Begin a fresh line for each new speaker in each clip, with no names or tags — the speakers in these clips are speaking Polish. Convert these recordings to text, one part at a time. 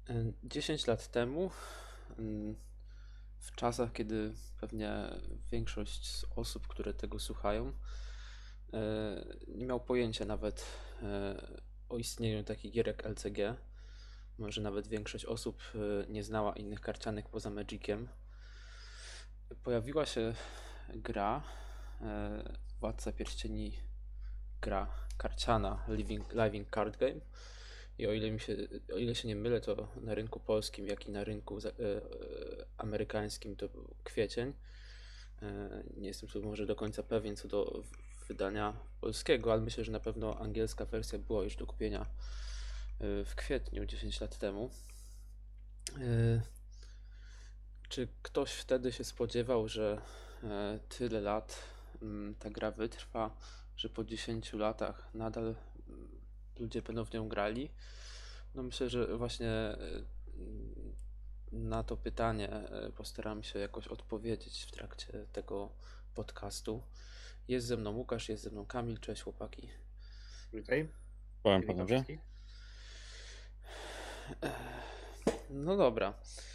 10 lat temu, mm, w czasach, kiedy pewnie większość z osób, które tego słuchają, nie miał pojęcia nawet o istnieniu takich gier jak LCG. Może nawet większość osób nie znała innych karcianek poza Magiciem. Pojawiła się gra, Władca Pierścieni, gra karciana Living Card Game. I o ile się nie mylę, to na rynku polskim, jak i na rynku amerykańskim to był kwiecień. Nie jestem tu może do końca pewien co do wydania polskiego, ale myślę, że na pewno angielska wersja była już do kupienia w kwietniu 10 lat temu. Czy ktoś wtedy się spodziewał, że tyle lat ta gra wytrwa, że po 10 latach nadal ludzie będą w nią grali? No myślę, że właśnie na to pytanie postaram się jakoś odpowiedzieć w trakcie tego podcastu. Jest ze mną Łukasz, jest ze mną Kamil. Cześć chłopaki.
Witaj.
Powiem
Witam
panowie.
wszystkich.
No dobra.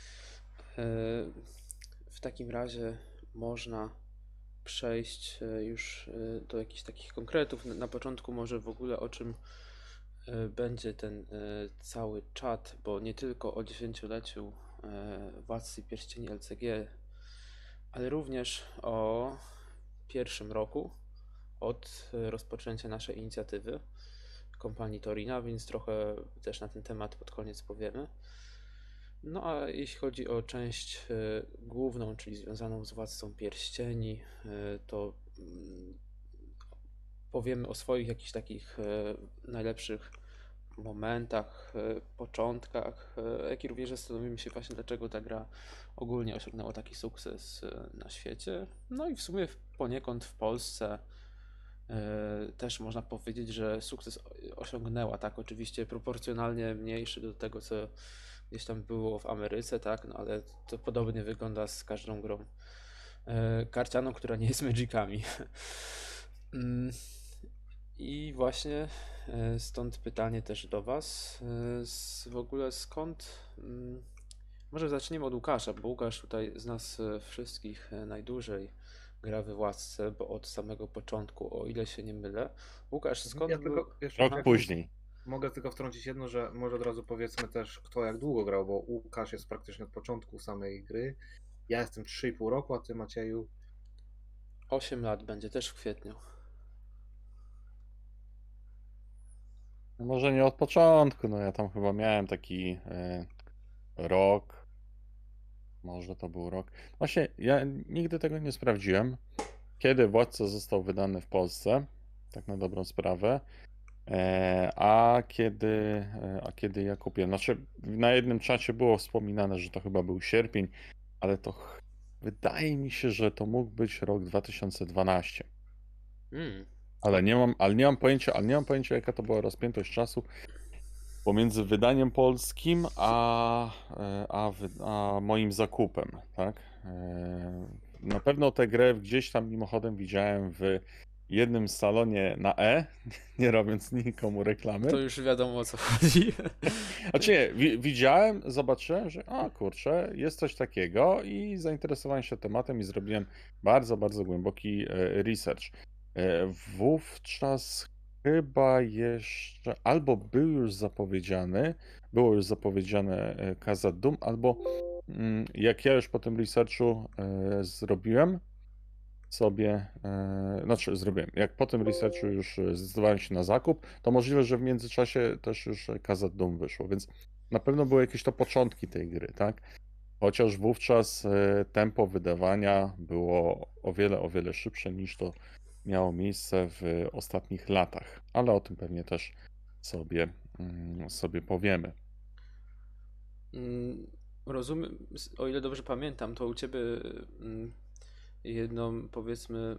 W takim razie można przejść już do jakichś takich konkretów. Na początku może w ogóle o czym będzie ten cały czat, bo nie tylko o dziesięcioleciu Władcy Pierścieni LCG, ale również o pierwszym roku od rozpoczęcia naszej inicjatywy kompanii Torina, więc trochę też na ten temat pod koniec powiemy. No a jeśli chodzi o część główną, czyli związaną z Władcą Pierścieni, to powiemy o swoich jakichś takich najlepszych momentach, początkach, jak i również zastanowimy się właśnie, dlaczego ta gra ogólnie osiągnęła taki sukces na świecie. No i w sumie poniekąd w Polsce też można powiedzieć, że sukces osiągnęła, tak, oczywiście proporcjonalnie mniejszy do tego, co gdzieś tam było w Ameryce, tak, no ale to podobnie wygląda z każdą grą karcianą, która nie jest Magicami. I właśnie stąd pytanie też do Was. W ogóle skąd. Może zaczniemy od Łukasza, bo Łukasz tutaj z nas wszystkich najdłużej gra we Władce, bo od samego początku, o ile się nie mylę. Łukasz, skąd
Ja
był.
tylko jeszcze
Rok później.
mogę tylko wtrącić jedno, że może od razu powiedzmy też, kto jak długo grał, bo Łukasz jest praktycznie od początku samej gry. Ja jestem 3,5 roku, a ty, Macieju?
8 lat będzie też w kwietniu.
Może nie od początku, no ja tam chyba miałem taki rok. Może to był rok. Właśnie ja nigdy tego nie sprawdziłem, kiedy Władca został wydany w Polsce, tak na dobrą sprawę, a kiedy ja kupiłem. Znaczy na jednym czacie było wspominane, że to chyba był sierpień, ale wydaje mi się, że to mógł być rok 2012.
Mm.
Ale nie mam pojęcia, jaka to była rozpiętość czasu pomiędzy wydaniem polskim a moim zakupem, tak? Na pewno tę grę gdzieś tam mimochodem widziałem w jednym salonie na nie robiąc nikomu reklamy.
To już wiadomo o co chodzi.
Znaczy nie, widziałem, zobaczyłem, że kurczę, jest coś takiego i zainteresowałem się tematem i zrobiłem bardzo, bardzo głęboki research. Wówczas chyba jeszcze albo było już zapowiedziane Khazad-dûm, albo jak ja już po tym researchu zrobiłem sobie, jak po tym researchu już zdecydowałem się na zakup, to możliwe, że w międzyczasie też już Khazad-dûm wyszło, więc na pewno były jakieś to początki tej gry, tak? Chociaż wówczas tempo wydawania było o wiele szybsze niż to miało miejsce w ostatnich latach, ale o tym pewnie też sobie powiemy.
Rozumiem, o ile dobrze pamiętam, to u Ciebie jedną, powiedzmy,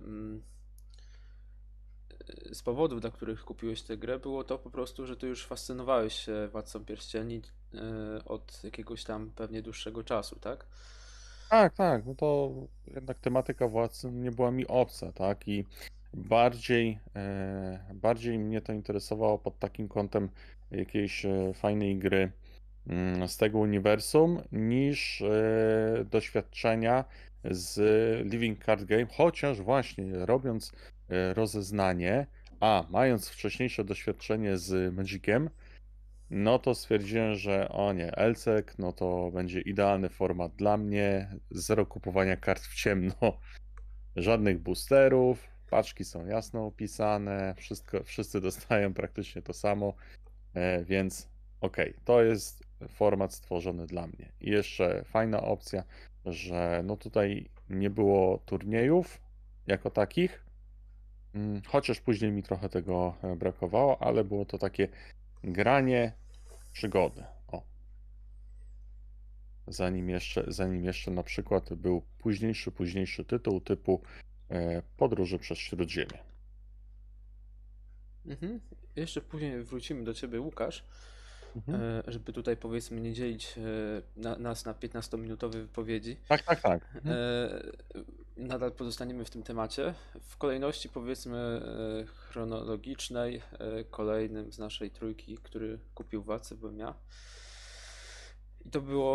z powodów, dla których kupiłeś tę grę, było to po prostu, że Ty już fascynowałeś się Władcą Pierścieni od jakiegoś tam pewnie dłuższego czasu, tak?
Tak, no to jednak tematyka władcy nie była mi obca, tak? I bardziej mnie to interesowało pod takim kątem jakiejś fajnej gry z tego uniwersum niż doświadczenia z Living Card Game, chociaż właśnie robiąc rozeznanie, a mając wcześniejsze doświadczenie z Magiciem, no to stwierdziłem, że o nie, LCEG, no to będzie idealny format dla mnie, zero kupowania kart w ciemno, żadnych boosterów, paczki są jasno opisane, wszyscy dostają praktycznie to samo, więc okej, to jest format stworzony dla mnie. I jeszcze fajna opcja, że no tutaj nie było turniejów jako takich, chociaż później mi trochę tego brakowało, ale było to takie granie przygody. O. Zanim jeszcze na przykład był późniejszy tytuł typu Podróże przez Śródziemie.
Mhm. Jeszcze później wrócimy do ciebie, Łukasz, żeby tutaj powiedzmy nie dzielić nas na 15-minutowe wypowiedzi.
Tak.
Nadal pozostaniemy w tym temacie. W kolejności powiedzmy chronologicznej, kolejnym z naszej trójki, który kupił Władcę, byłem ja. I to było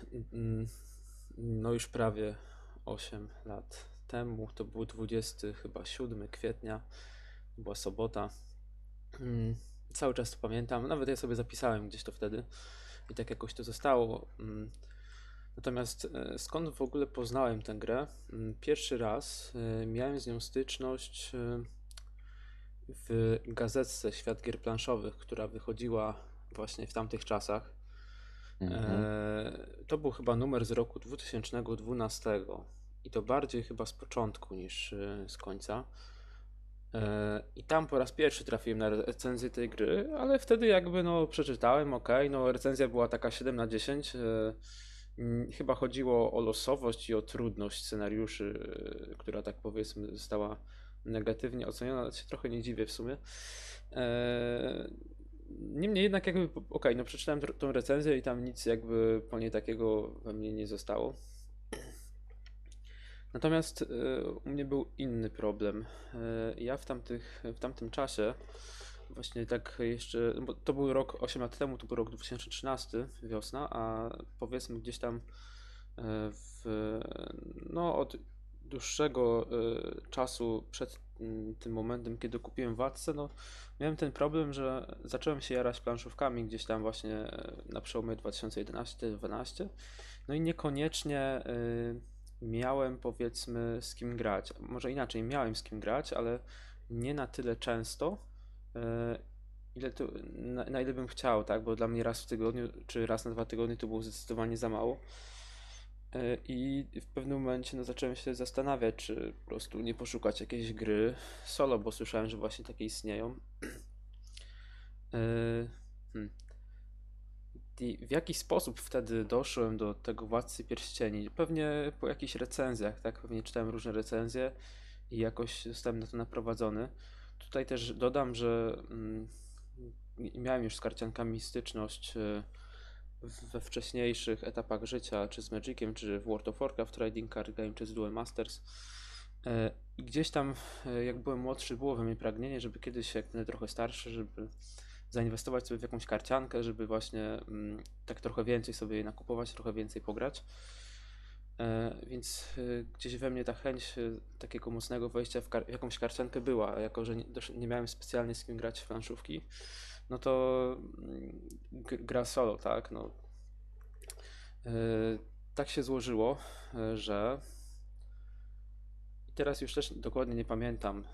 no już prawie 8 lat temu. To był 27 kwietnia, była sobota. Cały czas to pamiętam, nawet ja sobie zapisałem gdzieś to wtedy i tak jakoś to zostało. Natomiast skąd w ogóle poznałem tę grę? Pierwszy raz miałem z nią styczność w gazetce Świat Gier Planszowych, która wychodziła właśnie w tamtych czasach. To był chyba numer z roku 2012 i to bardziej chyba z początku niż z końca. I tam po raz pierwszy trafiłem na recenzję tej gry, ale wtedy jakby no przeczytałem, no recenzja była taka 7/10. Chyba chodziło o losowość i o trudność scenariuszy, która tak powiedzmy została negatywnie oceniona, ale się trochę nie dziwię w sumie. Niemniej jednak jakby, no przeczytałem tą recenzję i tam nic jakby po niej takiego we mnie nie zostało. Natomiast u mnie był inny problem. Ja w tamtym czasie, właśnie tak jeszcze, bo to był rok 8 lat temu, to był rok 2013, wiosna, a powiedzmy gdzieś tam od dłuższego czasu przed tym momentem, kiedy kupiłem Władcę, no miałem ten problem, że zacząłem się jarać planszówkami gdzieś tam właśnie na przełomie 2011-2012, no i niekoniecznie miałem powiedzmy z kim grać. Może inaczej, miałem z kim grać, ale nie na tyle często, na ile bym chciał, tak? Bo dla mnie raz w tygodniu, czy raz na 2 tygodnie to było zdecydowanie za mało. I w pewnym momencie no, zacząłem się zastanawiać, czy po prostu nie poszukać jakiejś gry solo, bo słyszałem, że właśnie takie istnieją. I w jaki sposób wtedy doszłem do tego Władcy Pierścieni? Pewnie po jakichś recenzjach, tak? Pewnie czytałem różne recenzje i jakoś zostałem na to naprowadzony. Tutaj też dodam, że miałem już z karciankami styczność we wcześniejszych etapach życia, czy z Magiciem, czy w World of Warcraft Trading Card Game, czy z Duel Masters. I gdzieś tam, jak byłem młodszy, było we mnie pragnienie, żeby kiedyś, jak będę trochę starszy, żeby zainwestować sobie w jakąś karciankę, żeby właśnie tak trochę więcej sobie jej nakupować, trochę więcej pograć. Więc gdzieś we mnie ta chęć takiego mocnego wejścia w jakąś karciankę była, a jako że nie miałem specjalnie z kim grać w planszówki, no to gra solo, tak, no. Tak się złożyło, że teraz już też dokładnie nie pamiętam,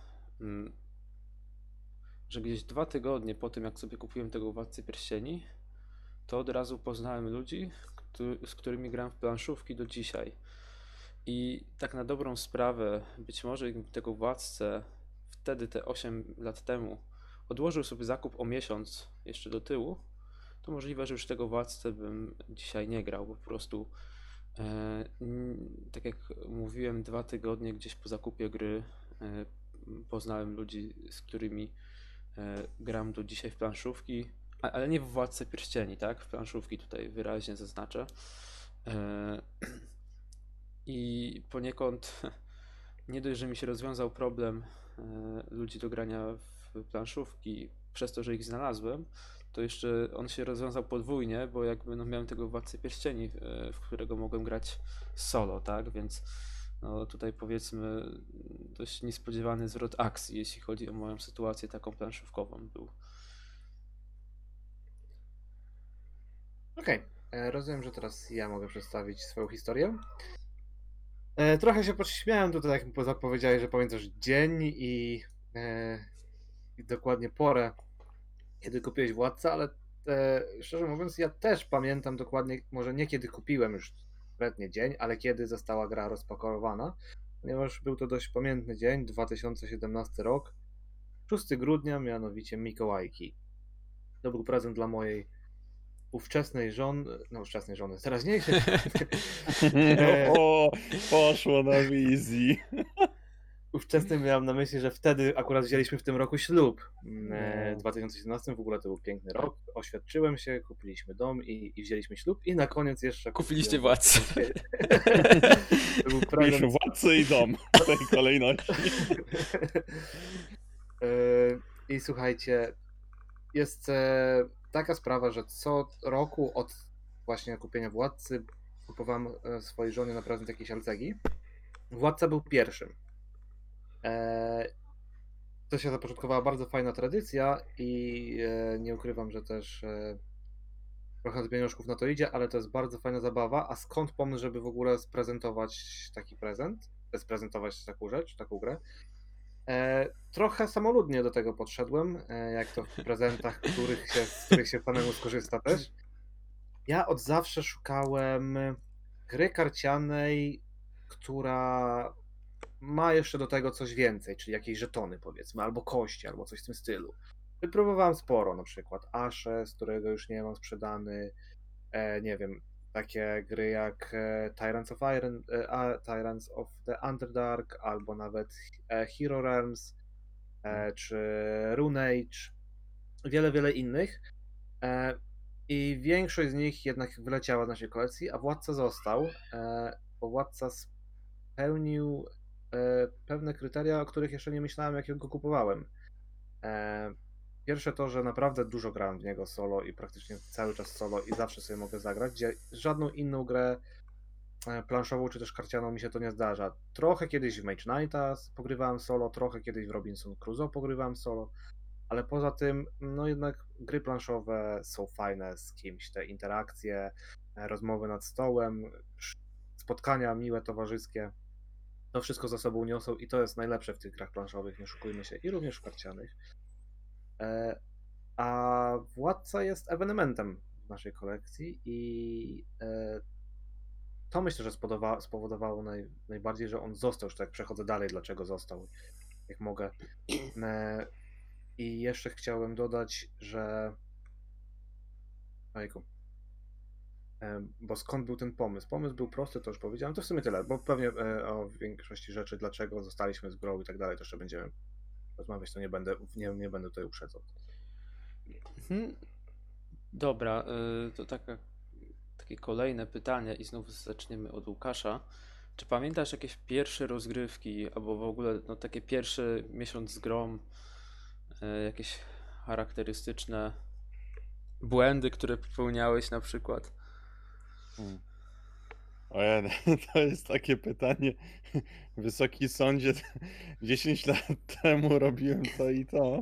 że gdzieś 2 tygodnie po tym, jak sobie kupiłem tego Władcę Pierścieni, to od razu poznałem ludzi, z którymi gram w planszówki do dzisiaj. I tak na dobrą sprawę, być może gdybym tego Władcę wtedy, te 8 lat temu, odłożył sobie zakup o miesiąc jeszcze do tyłu, to możliwe, że już tego Władcę bym dzisiaj nie grał, bo po prostu tak jak mówiłem, 2 tygodnie gdzieś po zakupie gry poznałem ludzi, z którymi gram do dzisiaj w planszówki, ale nie w Władcę Pierścieni, tak? W planszówki tutaj wyraźnie zaznaczę. I poniekąd nie dość, że mi się rozwiązał problem ludzi do grania w planszówki przez to, że ich znalazłem, to jeszcze on się rozwiązał podwójnie, bo jakby no miałem tego Władcę Pierścieni, w którego mogłem grać solo, tak? Więc no tutaj powiedzmy dość niespodziewany zwrot akcji, jeśli chodzi o moją sytuację taką planszówkową był.
Okej, rozumiem, że teraz ja mogę przedstawić swoją historię. Trochę się pośmiałem tutaj, jak mi zapowiedziałeś, że pamiętasz dzień i dokładnie porę, kiedy kupiłeś Władcę, ale szczerze mówiąc, ja też pamiętam dokładnie, może nie kiedy kupiłem już konkretnie dzień, ale kiedy została gra rozpakowana, ponieważ był to dość pamiętny dzień, 2017 rok, 6 grudnia, mianowicie Mikołajki. To był prezent dla mojej ówczesnej żony, teraźniejszej.
O, poszło na wizji.
Ówczesnym miałem na myśli, że wtedy akurat wzięliśmy w tym roku ślub. W
No.
2017 w ogóle to był piękny rok. Oświadczyłem się, kupiliśmy dom i wzięliśmy ślub. I na koniec jeszcze
Kupiliście
kupiłem
Władcę.
To był
Mieliśmy
prezent.
Władcę i dom w tej kolejności.
I słuchajcie, jest taka sprawa, że co roku od właśnie kupienia Władcy kupowałem swojej żonie na prezent jakieś LCG. Władca był pierwszym. To się zapoczątkowała bardzo fajna tradycja i nie ukrywam, że też trochę z pieniążków na to idzie, ale to jest bardzo fajna zabawa. A skąd pomysł, żeby w ogóle sprezentować taki prezent? Sprezentować taką rzecz, taką grę? Trochę samoludnie do tego podszedłem, jak to w prezentach, z których się samemu skorzysta też. Ja od zawsze szukałem gry karcianej, która ma jeszcze do tego coś więcej, czyli jakieś żetony powiedzmy, albo kości, albo coś w tym stylu. Wypróbowałem sporo, na przykład Ashes, którego już nie mam sprzedany, nie wiem, takie gry jak Tyrants of Iron, Tyrants of the Underdark, albo nawet Hero Realms, czy Runeage, wiele innych. I większość z nich jednak wyleciała z naszej kolekcji, a Władca został, bo Władca spełnił pewne kryteria, o których jeszcze nie myślałem, jak go kupowałem. Pierwsze to, że naprawdę dużo grałem w niego solo i praktycznie cały czas solo i zawsze sobie mogę zagrać, gdzie żadną inną grę planszową czy też karcianą mi się to nie zdarza. Trochę kiedyś w Mage Knighta pogrywałem solo, trochę kiedyś w Robinson Crusoe pogrywałem solo, ale poza tym, no jednak gry planszowe są fajne z kimś, te interakcje, rozmowy nad stołem, spotkania miłe, towarzyskie. To wszystko za sobą niosą i to jest najlepsze w tych grach planszowych, nie oszukujmy się, i również w karcianych. A Władca jest ewenementem w naszej kolekcji i to myślę, że spowodowało najbardziej, że on został. Już tak przechodzę dalej, dlaczego został, jak mogę. I jeszcze chciałem dodać, że ojejku, bo skąd był ten pomysł? Pomysł był prosty, to już powiedziałem, to w sumie tyle, bo pewnie o większości rzeczy, dlaczego zostaliśmy z grą i tak dalej, to jeszcze będziemy rozmawiać, to nie będę tutaj uprzedzał.
Dobra, to takie kolejne pytanie i znowu zaczniemy od Łukasza. Czy pamiętasz jakieś pierwsze rozgrywki, albo w ogóle no, takie pierwszy miesiąc z grą, jakieś charakterystyczne błędy, które popełniałeś na przykład?
Ojej, to jest takie pytanie. Wysoki sądzie, 10 lat temu robiłem to i to.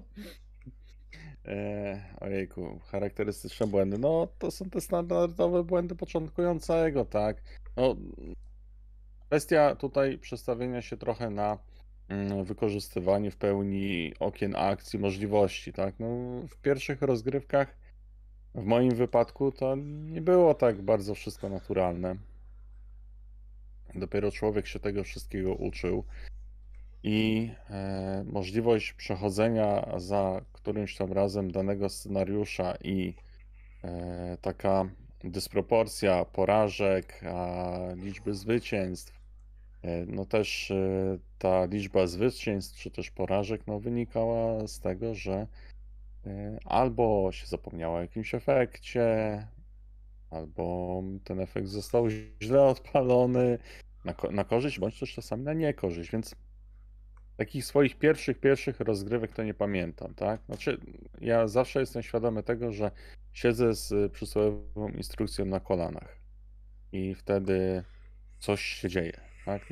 Ojejku, charakterystyczne błędy. No, to są te standardowe błędy początkującego, tak. No, kwestia tutaj przestawienia się trochę na wykorzystywanie w pełni okien akcji, możliwości, tak. No, w pierwszych rozgrywkach, w moim wypadku, to nie było tak bardzo wszystko naturalne. Dopiero człowiek się tego wszystkiego uczył i możliwość przechodzenia za którymś tam razem danego scenariusza i taka dysproporcja porażek, a liczby zwycięstw, no też ta liczba zwycięstw czy też porażek no wynikała z tego, że albo się zapomniało o jakimś efekcie, albo ten efekt został źle odpalony na korzyść, bądź też czasami na niekorzyść, więc takich swoich pierwszych rozgrywek to nie pamiętam, tak? Znaczy, ja zawsze jestem świadomy tego, że siedzę z przysłowiową instrukcją na kolanach i wtedy coś się dzieje, tak?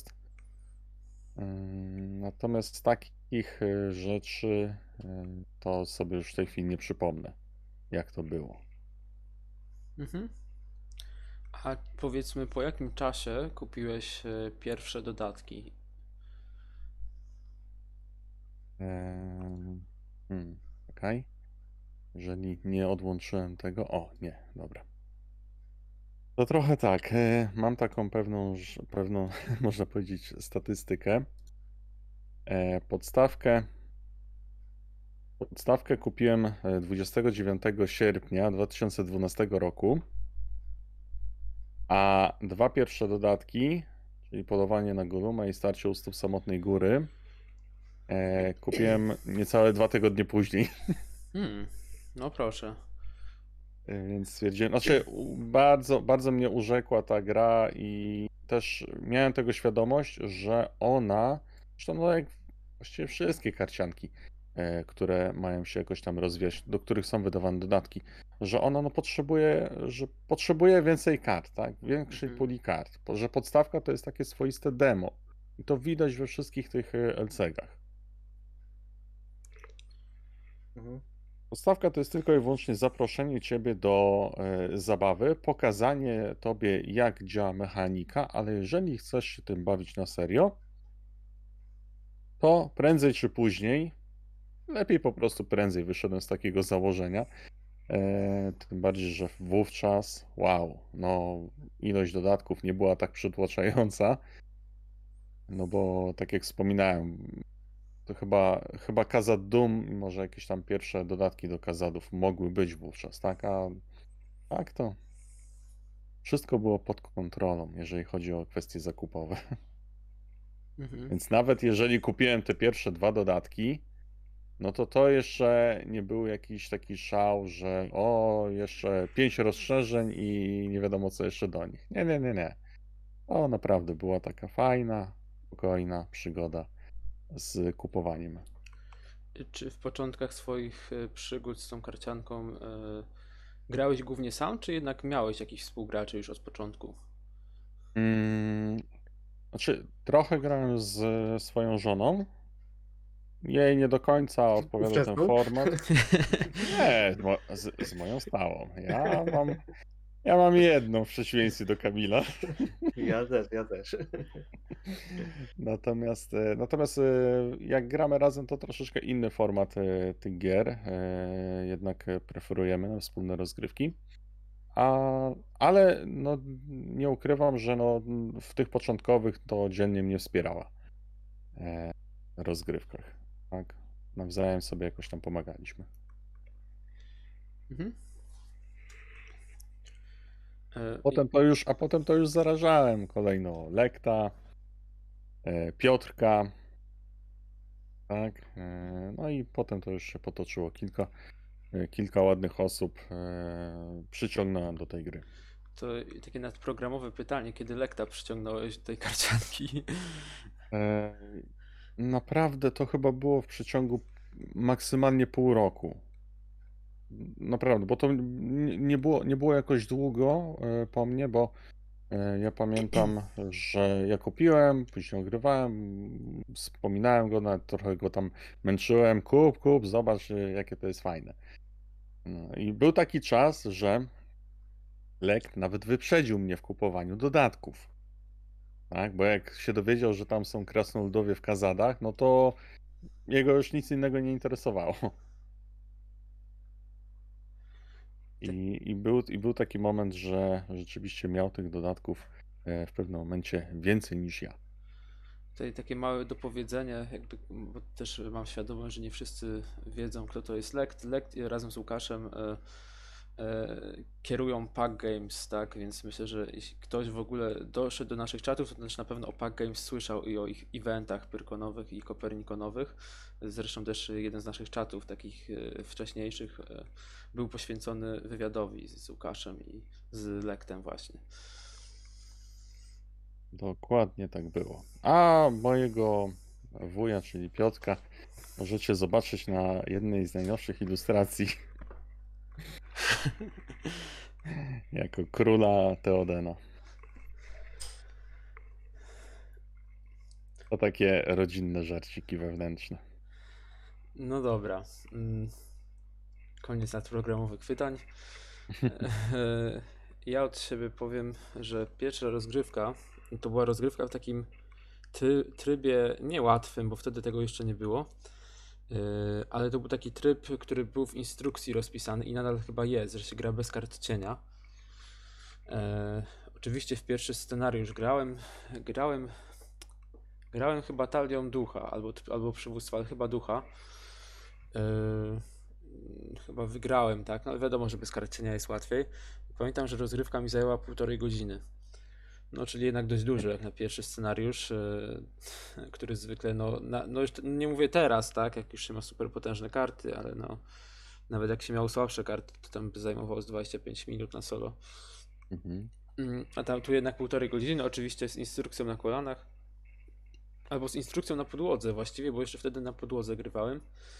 Natomiast takich rzeczy to sobie już w tej chwili nie przypomnę, jak to było.
Mhm. A powiedzmy, po jakim czasie kupiłeś pierwsze dodatki?
Em, Czekaj. Jeżeli nie odłączyłem tego. O, nie, dobra. To trochę tak. Mam taką pewną, można powiedzieć, statystykę. Podstawkę kupiłem 29 sierpnia 2012 roku, a dwa pierwsze dodatki, czyli Polowanie na Goluma i Starcie u stóp Samotnej Góry, kupiłem niecałe 2 tygodnie później.
No proszę.
Więc stwierdziłem, bardzo mnie urzekła ta gra i też miałem tego świadomość, że ona, zresztą no jak właściwie wszystkie karcianki, które mają się jakoś tam rozwijać, do których są wydawane dodatki, że ona no potrzebuje więcej kart, tak? Większej puli kart, że podstawka to jest takie swoiste demo i to widać we wszystkich tych LCG-ach.
Mhm.
Podstawka to jest tylko i wyłącznie zaproszenie ciebie do zabawy, pokazanie tobie, jak działa mechanika, ale jeżeli chcesz się tym bawić na serio, to prędzej czy później, lepiej po prostu prędzej wyszedłem z takiego założenia. Tym bardziej, że wówczas, wow, no ilość dodatków nie była tak przytłaczająca, no bo tak jak wspominałem, to chyba Khazad Doom i może jakieś tam pierwsze dodatki do Khazadów mogły być wówczas, tak? A tak to wszystko było pod kontrolą, jeżeli chodzi o kwestie zakupowe. Więc nawet jeżeli kupiłem te pierwsze 2 dodatki, no to jeszcze nie był jakiś taki szał, że jeszcze 5 rozszerzeń i nie wiadomo co jeszcze do nich. Nie. O, naprawdę była taka fajna, spokojna przygoda z kupowaniem.
Czy w początkach swoich przygód z tą karcianką grałeś głównie sam, czy jednak miałeś jakichś współgraczy już od początku?
Znaczy, trochę grałem z swoją żoną. Jej nie do końca odpowiadał ten
Ówczesną?
format. Nie, z moją stałą. Ja mam jedną w przeciwieństwie do Kamila.
Ja też.
Natomiast jak gramy razem, to troszeczkę inny format tych gier. Jednak preferujemy na wspólne rozgrywki. Ale no, nie ukrywam, że no, w tych początkowych to dziennie mnie wspierała w rozgrywkach. Tak? Nawzajem sobie jakoś tam pomagaliśmy.
Mhm.
Potem to już zarażałem kolejno Lekta, Piotrka, tak? No i potem to już się potoczyło. Kilka ładnych osób przyciągnąłem do tej gry.
To takie nadprogramowe pytanie, kiedy Lekta przyciągnąłeś do tej karcianki?
Naprawdę to chyba było w przeciągu maksymalnie pół roku. Naprawdę, bo to nie było jakoś długo po mnie, bo ja pamiętam, że ja kupiłem, później ogrywałem, wspominałem go, nawet trochę go tam męczyłem, kup, zobacz jakie to jest fajne. No, i był taki czas, że Lekt nawet wyprzedził mnie w kupowaniu dodatków. Tak? Bo jak się dowiedział, że tam są krasnoludowie w Khazadach, no to jego już nic innego nie interesowało. I był taki moment, że rzeczywiście miał tych dodatków w pewnym momencie więcej niż ja.
Tutaj takie małe dopowiedzenie, jakby, bo też mam świadomość, że nie wszyscy wiedzą, kto to jest Lekt. Lekt razem z Łukaszem kierują Pack Games, tak? Więc myślę, że jeśli ktoś w ogóle doszedł do naszych czatów, to też na pewno o Pack Games słyszał i o ich eventach pyrkonowych i kopernikonowych. Zresztą też jeden z naszych czatów, takich wcześniejszych, był poświęcony wywiadowi z Łukaszem i z Lektem właśnie.
Dokładnie tak było. A mojego wuja, czyli Piotrka, możecie zobaczyć na jednej z najnowszych ilustracji jako króla Teodena. To takie rodzinne żarciki wewnętrzne.
No dobra. Koniec nadprogramowych pytań. Ja od siebie powiem, że pierwsza rozgrywka to była rozgrywka w takim trybie niełatwym, bo wtedy tego jeszcze nie było. Ale to był taki tryb, który był w instrukcji rozpisany i nadal chyba jest, że się gra bez kart cienia. Oczywiście w pierwszy scenariusz grałem chyba Talią Ducha albo Przywództwa, ale chyba Ducha. Chyba wygrałem, tak? No wiadomo, że bez kart cienia jest łatwiej. Pamiętam, że rozgrywka mi zajęła 1,5 godziny. No, czyli jednak dość dużo jak na pierwszy scenariusz, który zwykle, no już nie mówię teraz, tak, jak już się ma super potężne karty, ale no, nawet jak się miało słabsze karty, to tam by zajmowało z 25 minut na solo. A tam tu jednak 1,5 godziny, oczywiście z instrukcją na kolanach, albo z instrukcją na podłodze właściwie, bo jeszcze wtedy na podłodze grywałem.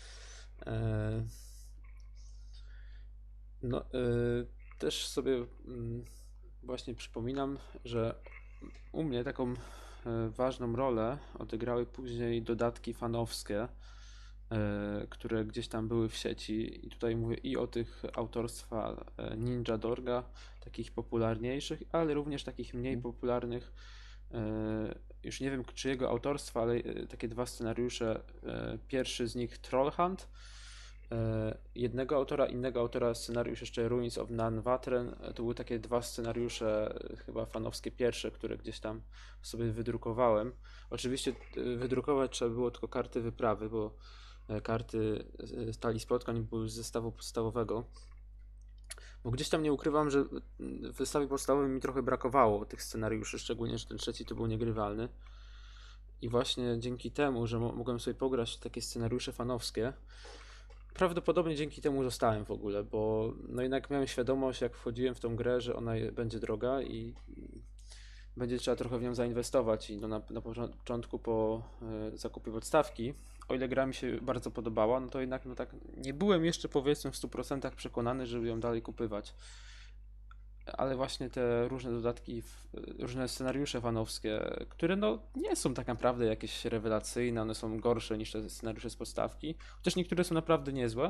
Też sobie właśnie przypominam, że u mnie taką ważną rolę odegrały później dodatki fanowskie, które gdzieś tam były w sieci. I tutaj mówię i o tych autorstwa Ninja Dorga, takich popularniejszych, ale również takich mniej popularnych. Już nie wiem czyjego autorstwa, ale takie 2 scenariusze. Pierwszy z nich Trollhunt, jednego autora, innego autora scenariusz jeszcze Ruins of Nanvatren. To były takie 2 scenariusze chyba fanowskie pierwsze, które gdzieś tam sobie wydrukowałem. Oczywiście wydrukować trzeba było tylko karty wyprawy, bo karty z talii spotkań były z zestawu podstawowego. Bo gdzieś tam nie ukrywam, że w zestawie podstawowym mi trochę brakowało tych scenariuszy, szczególnie, że ten trzeci to był niegrywalny. I właśnie dzięki temu, że mogłem sobie pograć w takie scenariusze fanowskie, prawdopodobnie dzięki temu zostałem w ogóle, bo no jednak miałem świadomość, jak wchodziłem w tą grę, że ona będzie droga i będzie trzeba trochę w nią zainwestować. I no na początku po zakupie podstawki, o ile gra mi się bardzo podobała, no to jednak no tak nie byłem jeszcze powiedzmy w 100% przekonany, żeby ją dalej kupywać. Ale właśnie te różne dodatki, różne scenariusze fanowskie, które no nie są tak naprawdę jakieś rewelacyjne, one są gorsze niż te scenariusze z podstawki, chociaż niektóre są naprawdę niezłe,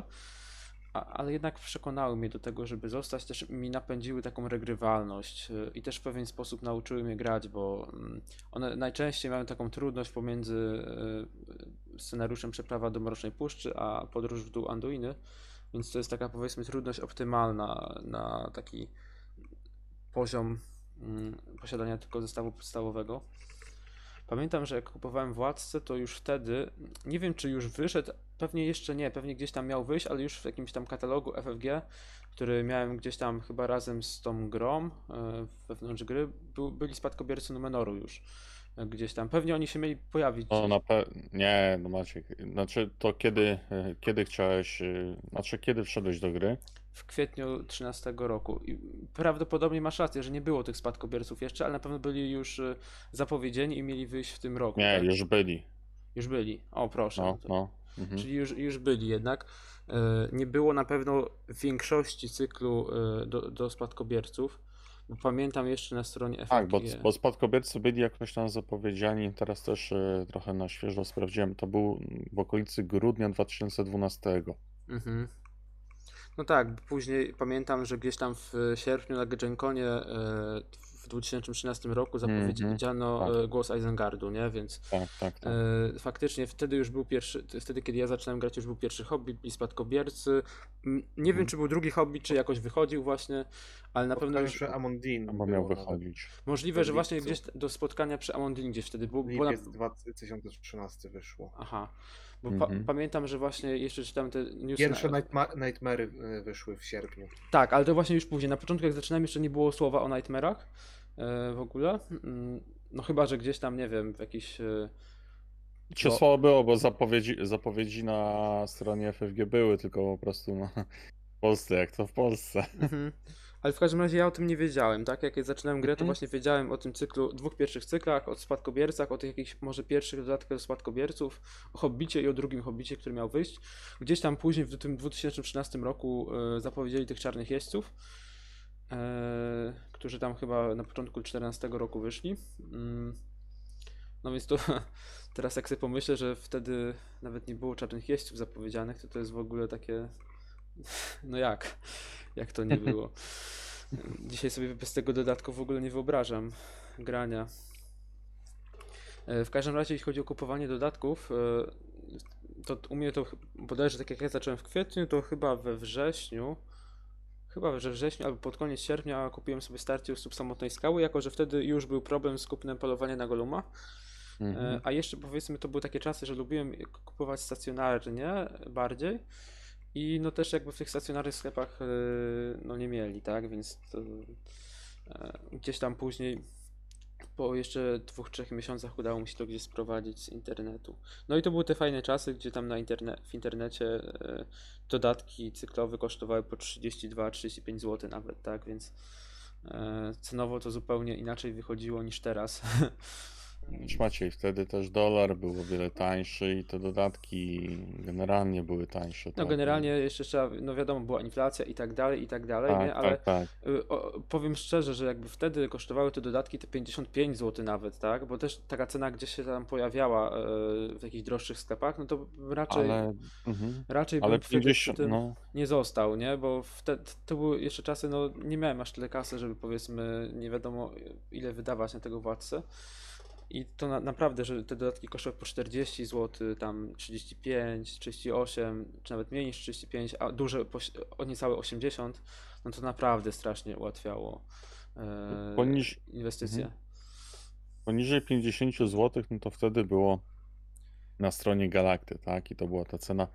ale jednak przekonały mnie do tego, żeby zostać, też mi napędziły taką regrywalność i też w pewien sposób nauczyły mnie grać, bo one najczęściej mają taką trudność pomiędzy scenariuszem Przeprawa do Mrocznej Puszczy, a Podróż w dół Anduiny, więc to jest taka powiedzmy trudność optymalna na taki poziom posiadania tylko zestawu podstawowego. Pamiętam, że jak kupowałem Władcę, to już wtedy, nie wiem czy już wyszedł, pewnie jeszcze nie, pewnie gdzieś tam miał wyjść, ale już w jakimś tam katalogu FFG, który miałem gdzieś tam chyba razem z tą grą wewnątrz gry, byli spadkobiercy Numenoru już. Gdzieś tam. Pewnie oni się mieli pojawić.
No nie, no Maciek, znaczy to kiedy chciałeś, znaczy kiedy wszedłeś do gry?
W kwietniu 13 roku. I prawdopodobnie masz rację, że nie było tych spadkobierców jeszcze, ale na pewno byli już zapowiedzieni i mieli wyjść w tym roku.
Nie,
tak?
już byli.
Już byli. O, proszę.
No. Mhm.
Czyli już byli jednak. Nie było na pewno większości cyklu do spadkobierców. Bo pamiętam jeszcze na stronie FFG.
Tak, bo spadkobiercy byli jakoś tam zapowiedziani, teraz też trochę na świeżo sprawdziłem, to był w okolicy grudnia 2012.
Mhm. No tak, później pamiętam, że gdzieś tam w sierpniu na Genconie w 2013 roku zapowiedziano Głos Isengardu, nie? Więc
Tak.
faktycznie wtedy już był wtedy kiedy ja zaczynałem grać, już był pierwszy Hobbit i Spadkobiercy. Nie wiem, czy był drugi Hobbit, czy jakoś wychodził właśnie, ale na pewno już
przy Amondine
Bo miał wychodzić.
możliwe, że właśnie gdzieś do spotkania przy Amondine gdzieś wtedy było.
Lipiec 2013 wyszło.
Aha, bo pamiętam, że właśnie jeszcze czytałem te newsy.
Pierwsze Nightmare'y wyszły w sierpniu.
Tak, ale to właśnie już później. Na początku jak zaczynałem jeszcze nie było słowa o Nightmare'ach w ogóle. No chyba, że gdzieś tam, nie wiem, w jakiś...
Czy słowo było, bo zapowiedzi na stronie FFG były, tylko po prostu w Polsce, jak to w Polsce.
Ale w każdym razie ja o tym nie wiedziałem, tak? Jak zaczynałem grę, to
Mhm.
właśnie wiedziałem o tym cyklu, dwóch pierwszych cyklach, o spadkobiercach, o tych jakichś może pierwszych dodatkach do spadkobierców, o Hobbicie i o drugim Hobbicie, który miał wyjść. Gdzieś tam później w tym 2013 roku zapowiedzieli tych czarnych jeźdźców, którzy tam chyba na początku 2014 roku wyszli. No więc to teraz jak sobie pomyślę, że wtedy nawet nie było czarnych jeźdźców zapowiedzianych, to jest w ogóle takie, no jak to nie było. Dzisiaj sobie bez tego dodatku w ogóle nie wyobrażam grania. W każdym razie, jeśli chodzi o kupowanie dodatków, to u mnie to bodajże tak jak ja zacząłem w kwietniu, to chyba we wrześniu albo pod koniec sierpnia kupiłem sobie Starcie u stóp samotnej skały, jako że wtedy już był problem z kupnem polowania na Goluma. A jeszcze powiedzmy to były takie czasy, że lubiłem kupować stacjonarnie bardziej i no też jakby w tych stacjonarnych sklepach no nie mieli, tak, więc to gdzieś tam później po jeszcze 2-3 miesiącach udało mi się to gdzieś sprowadzić z internetu. No i to były te fajne czasy, gdzie tam w internecie dodatki cyklowe kosztowały po 32-35 zł nawet, tak, więc cenowo to zupełnie inaczej wychodziło niż teraz.
Maciej, wtedy też dolar był o wiele tańszy i te dodatki generalnie były tańsze,
No
tak?
generalnie jeszcze trzeba, no wiadomo, była inflacja i tak dalej, nie?
Tak,
Ale
tak, tak.
powiem szczerze, że jakby wtedy kosztowały te dodatki te 55 zł nawet, tak? Bo też taka cena gdzieś się tam pojawiała w jakichś droższych sklepach, no to
Ale, mhm.
raczej
Ale
bym wtedy przy
50,
tym
no,
nie został, nie? Bo wtedy to były jeszcze czasy, no nie miałem aż tyle kasy, żeby powiedzmy nie wiadomo ile wydawać na tego władcę. I to naprawdę, że te dodatki kosztowały po 40 zł, tam 35, 38, czy nawet mniej niż 35, a duże o niecałe 80, no to naprawdę strasznie ułatwiało inwestycje.
mhm. Poniżej 50 zł, no to wtedy było na stronie Galakty, tak? I to była ta cena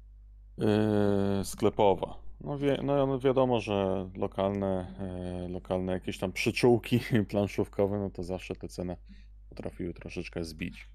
sklepowa. No wiadomo, że lokalne jakieś tam przyczółki planszówkowe, no to zawsze te ceny potrafiły troszeczkę zbić.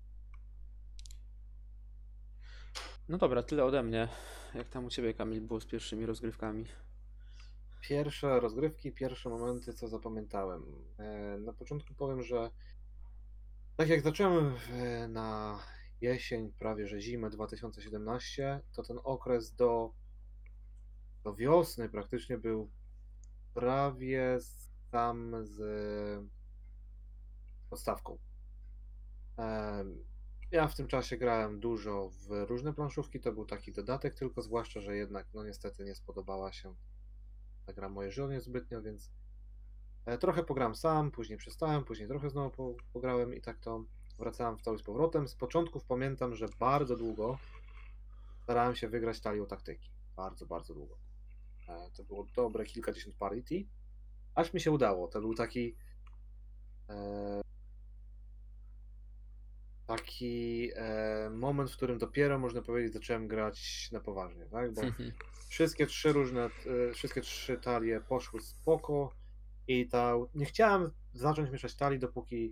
No dobra, tyle ode mnie. Jak tam u Ciebie, Kamil, było z pierwszymi rozgrywkami?
Pierwsze rozgrywki, pierwsze momenty, co zapamiętałem. Na początku powiem, że tak jak zacząłem na jesień, prawie że zimę 2017, to ten okres do wiosny praktycznie był prawie sam z podstawką. Ja w tym czasie grałem dużo w różne planszówki, to był taki dodatek tylko, zwłaszcza, że jednak no niestety nie spodobała się ta gra mojej żonie zbytnio, więc trochę pogram sam, później przestałem, później trochę znowu pograłem i tak to wracałem w to z powrotem. Z początków pamiętam, że bardzo długo starałem się wygrać talią taktyki. Bardzo, bardzo długo. To było dobre kilkadziesiąt partii, aż mi się udało. To był taki moment, w którym dopiero można powiedzieć zacząłem grać na poważnie, tak? Bo wszystkie trzy talie poszły spoko i nie chciałem zacząć mieszać talii,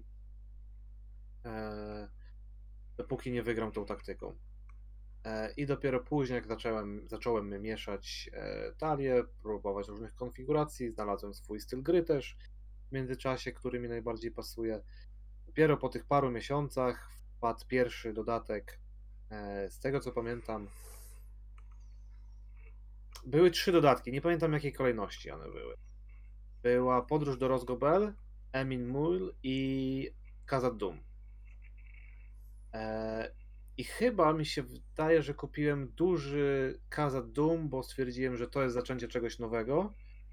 dopóki nie wygram tą taktyką. I dopiero później, jak zacząłem mieszać talie, próbować różnych konfiguracji, znalazłem swój styl gry też w międzyczasie, który mi najbardziej pasuje. Dopiero po tych paru miesiącach wpadł pierwszy dodatek. Z tego co pamiętam, były 3 dodatki, nie pamiętam jakiej kolejności one były. Była Podróż do Rosgobel, Emin Muil i Khazad Dûm. I chyba mi się wydaje, że kupiłem duży Khazad Dûm, bo stwierdziłem, że to jest zaczęcie czegoś nowego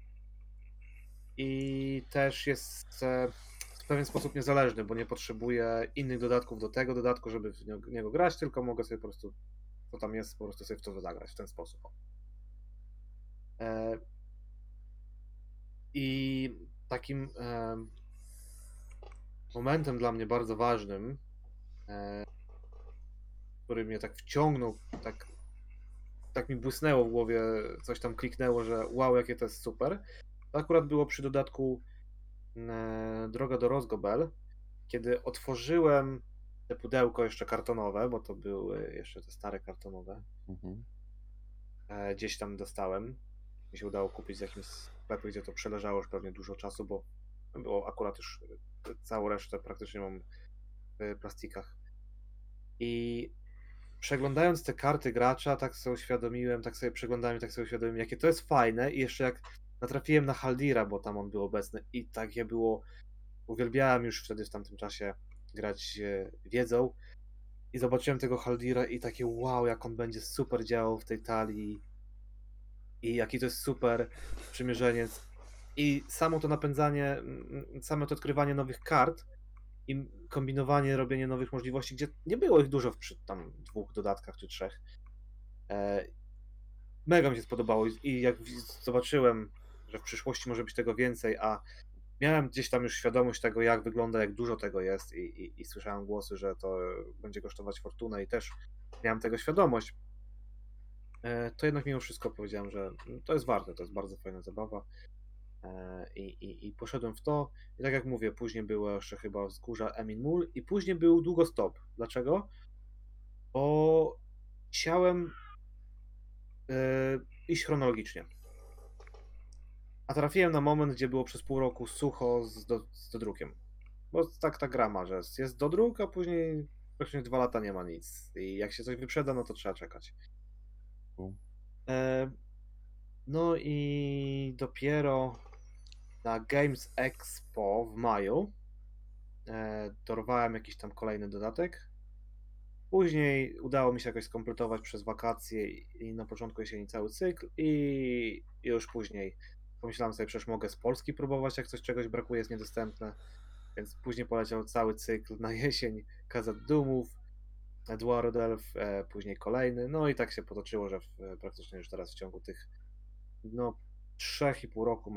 i też jest w pewien sposób niezależny, bo nie potrzebuję innych dodatków do tego dodatku, żeby w niego grać, tylko mogę sobie po prostu, co tam jest, po prostu sobie w to zagrać w ten sposób. I takim momentem dla mnie bardzo ważnym, który mnie tak wciągnął, tak mi błysnęło w głowie, coś tam kliknęło, że wow, jakie to jest super. To akurat było przy dodatku Droga do Rosgobel, kiedy otworzyłem te pudełko jeszcze kartonowe, bo to były jeszcze te stare kartonowe. Gdzieś tam dostałem. Mi się udało kupić z jakimś sklepy, gdzie to przeleżało już pewnie dużo czasu, bo akurat już całą resztę praktycznie mam w plastikach. I przeglądając te karty gracza, tak sobie uświadomiłem, tak sobie przeglądałem i tak sobie uświadomiłem, jakie to jest fajne. I jeszcze jak natrafiłem na Haldira, bo tam on był obecny i takie było, uwielbiałem już wtedy w tamtym czasie grać wiedzą i zobaczyłem tego Haldira i takie wow, jak on będzie super działał w tej talii i jaki to jest super przymierzeniec. I samo to napędzanie, samo to odkrywanie nowych kart i kombinowanie, robienie nowych możliwości, gdzie nie było ich dużo przy tam 2 dodatkach czy 3. Mega mi się spodobało i jak zobaczyłem, że w przyszłości może być tego więcej, a miałem gdzieś tam już świadomość tego, jak wygląda, jak dużo tego jest i słyszałem głosy, że to będzie kosztować fortunę i też miałem tego świadomość, to jednak mimo wszystko powiedziałem, że to jest warte, to jest bardzo fajna zabawa. I poszedłem w to. I tak jak mówię, później było jeszcze chyba Wzgórza Emin Mul i później był Długostop. Dlaczego? Bo chciałem iść chronologicznie. A trafiłem na moment, gdzie było przez pół roku sucho z dodrukiem. Bo tak ta gra ma, że jest dodruk, a później praktycznie 2 lata nie ma nic. I jak się coś wyprzeda, no to trzeba czekać. No i dopiero na Games Expo w maju dorwałem jakiś tam kolejny dodatek. Później udało mi się jakoś skompletować przez wakacje i na początku jesieni cały cykl i już później pomyślałem sobie, przecież mogę z Polski próbować, jak coś czegoś brakuje, jest niedostępne. Więc później poleciał cały cykl na jesień Kazat Dumów, Edward Elf, później kolejny. No i tak się potoczyło, że praktycznie już teraz w ciągu tych 3,5 roku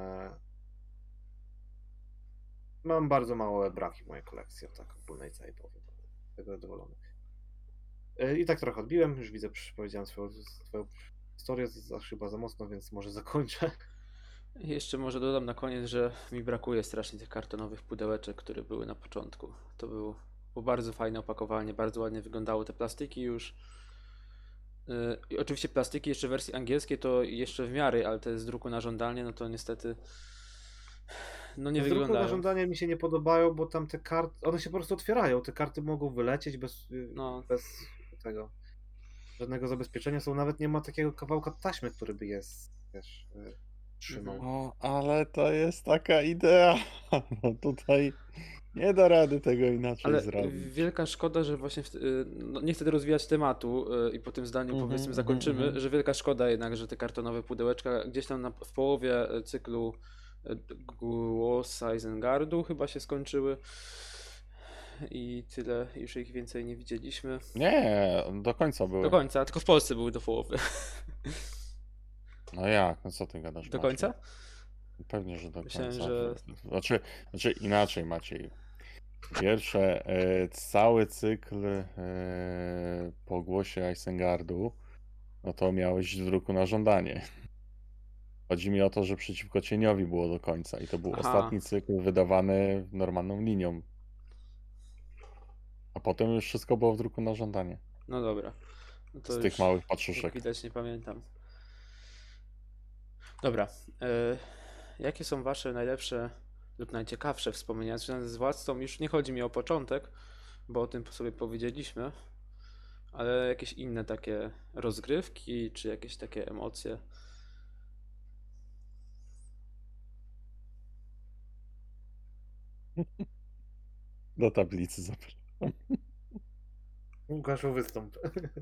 mam bardzo małe braki w mojej kolekcji, tak ogólnej całej powiem. Tego zadowolony. I tak trochę odbiłem, już widzę, powiedziałem swoją historię chyba za mocno, więc może zakończę.
I jeszcze może dodam na koniec, że mi brakuje strasznie tych kartonowych pudełeczek, które były na początku. To było bardzo fajne opakowanie, bardzo ładnie wyglądały te plastiki już. I oczywiście plastiki jeszcze w wersji angielskiej to jeszcze w miarę, ale te z druku na żądanie, no to niestety nie
Z druku na
wyglądają.
żądanie mi się nie podobają, bo tam te karty, one się po prostu otwierają, te karty mogą wylecieć bez tego, żadnego zabezpieczenia, nawet nie ma takiego kawałka taśmy, który by je trzymał.
O, ale to jest taka idea. No tutaj nie da rady tego inaczej
Ale
zrobić.
wielka szkoda, że właśnie nie chcę rozwijać tematu i po tym zdaniu powiedzmy zakończymy, że wielka szkoda jednak, że te kartonowe pudełeczka gdzieś tam w połowie cyklu Głosa Isengardu chyba się skończyły i tyle, już ich więcej nie widzieliśmy.
Nie, do końca były.
Do końca, tylko w Polsce były do połowy.
No jak? No co ty gadasz,
Do
Maciej?
końca?
Pewnie, że do
Myślałem,
końca.
że-
Znaczy inaczej, Maciej. Pierwsze, cały cykl po głosie Isengardu, no to miałeś w druku na żądanie. Chodzi mi o to, że Przeciwko Cieniowi było do końca i to był
Aha.
ostatni cykl wydawany normalną linią. A potem już wszystko było w druku na żądanie.
No dobra. No to
Z
już,
tych małych
jak
paczuszek.
widać, nie pamiętam. Dobra. Jakie są wasze najlepsze lub najciekawsze wspomnienia związane z Władcą? Już nie chodzi mi o początek, bo o tym sobie powiedzieliśmy, ale jakieś inne takie rozgrywki, czy jakieś takie emocje.
Do tablicy zapraszam.
Łukaszu, wystąp.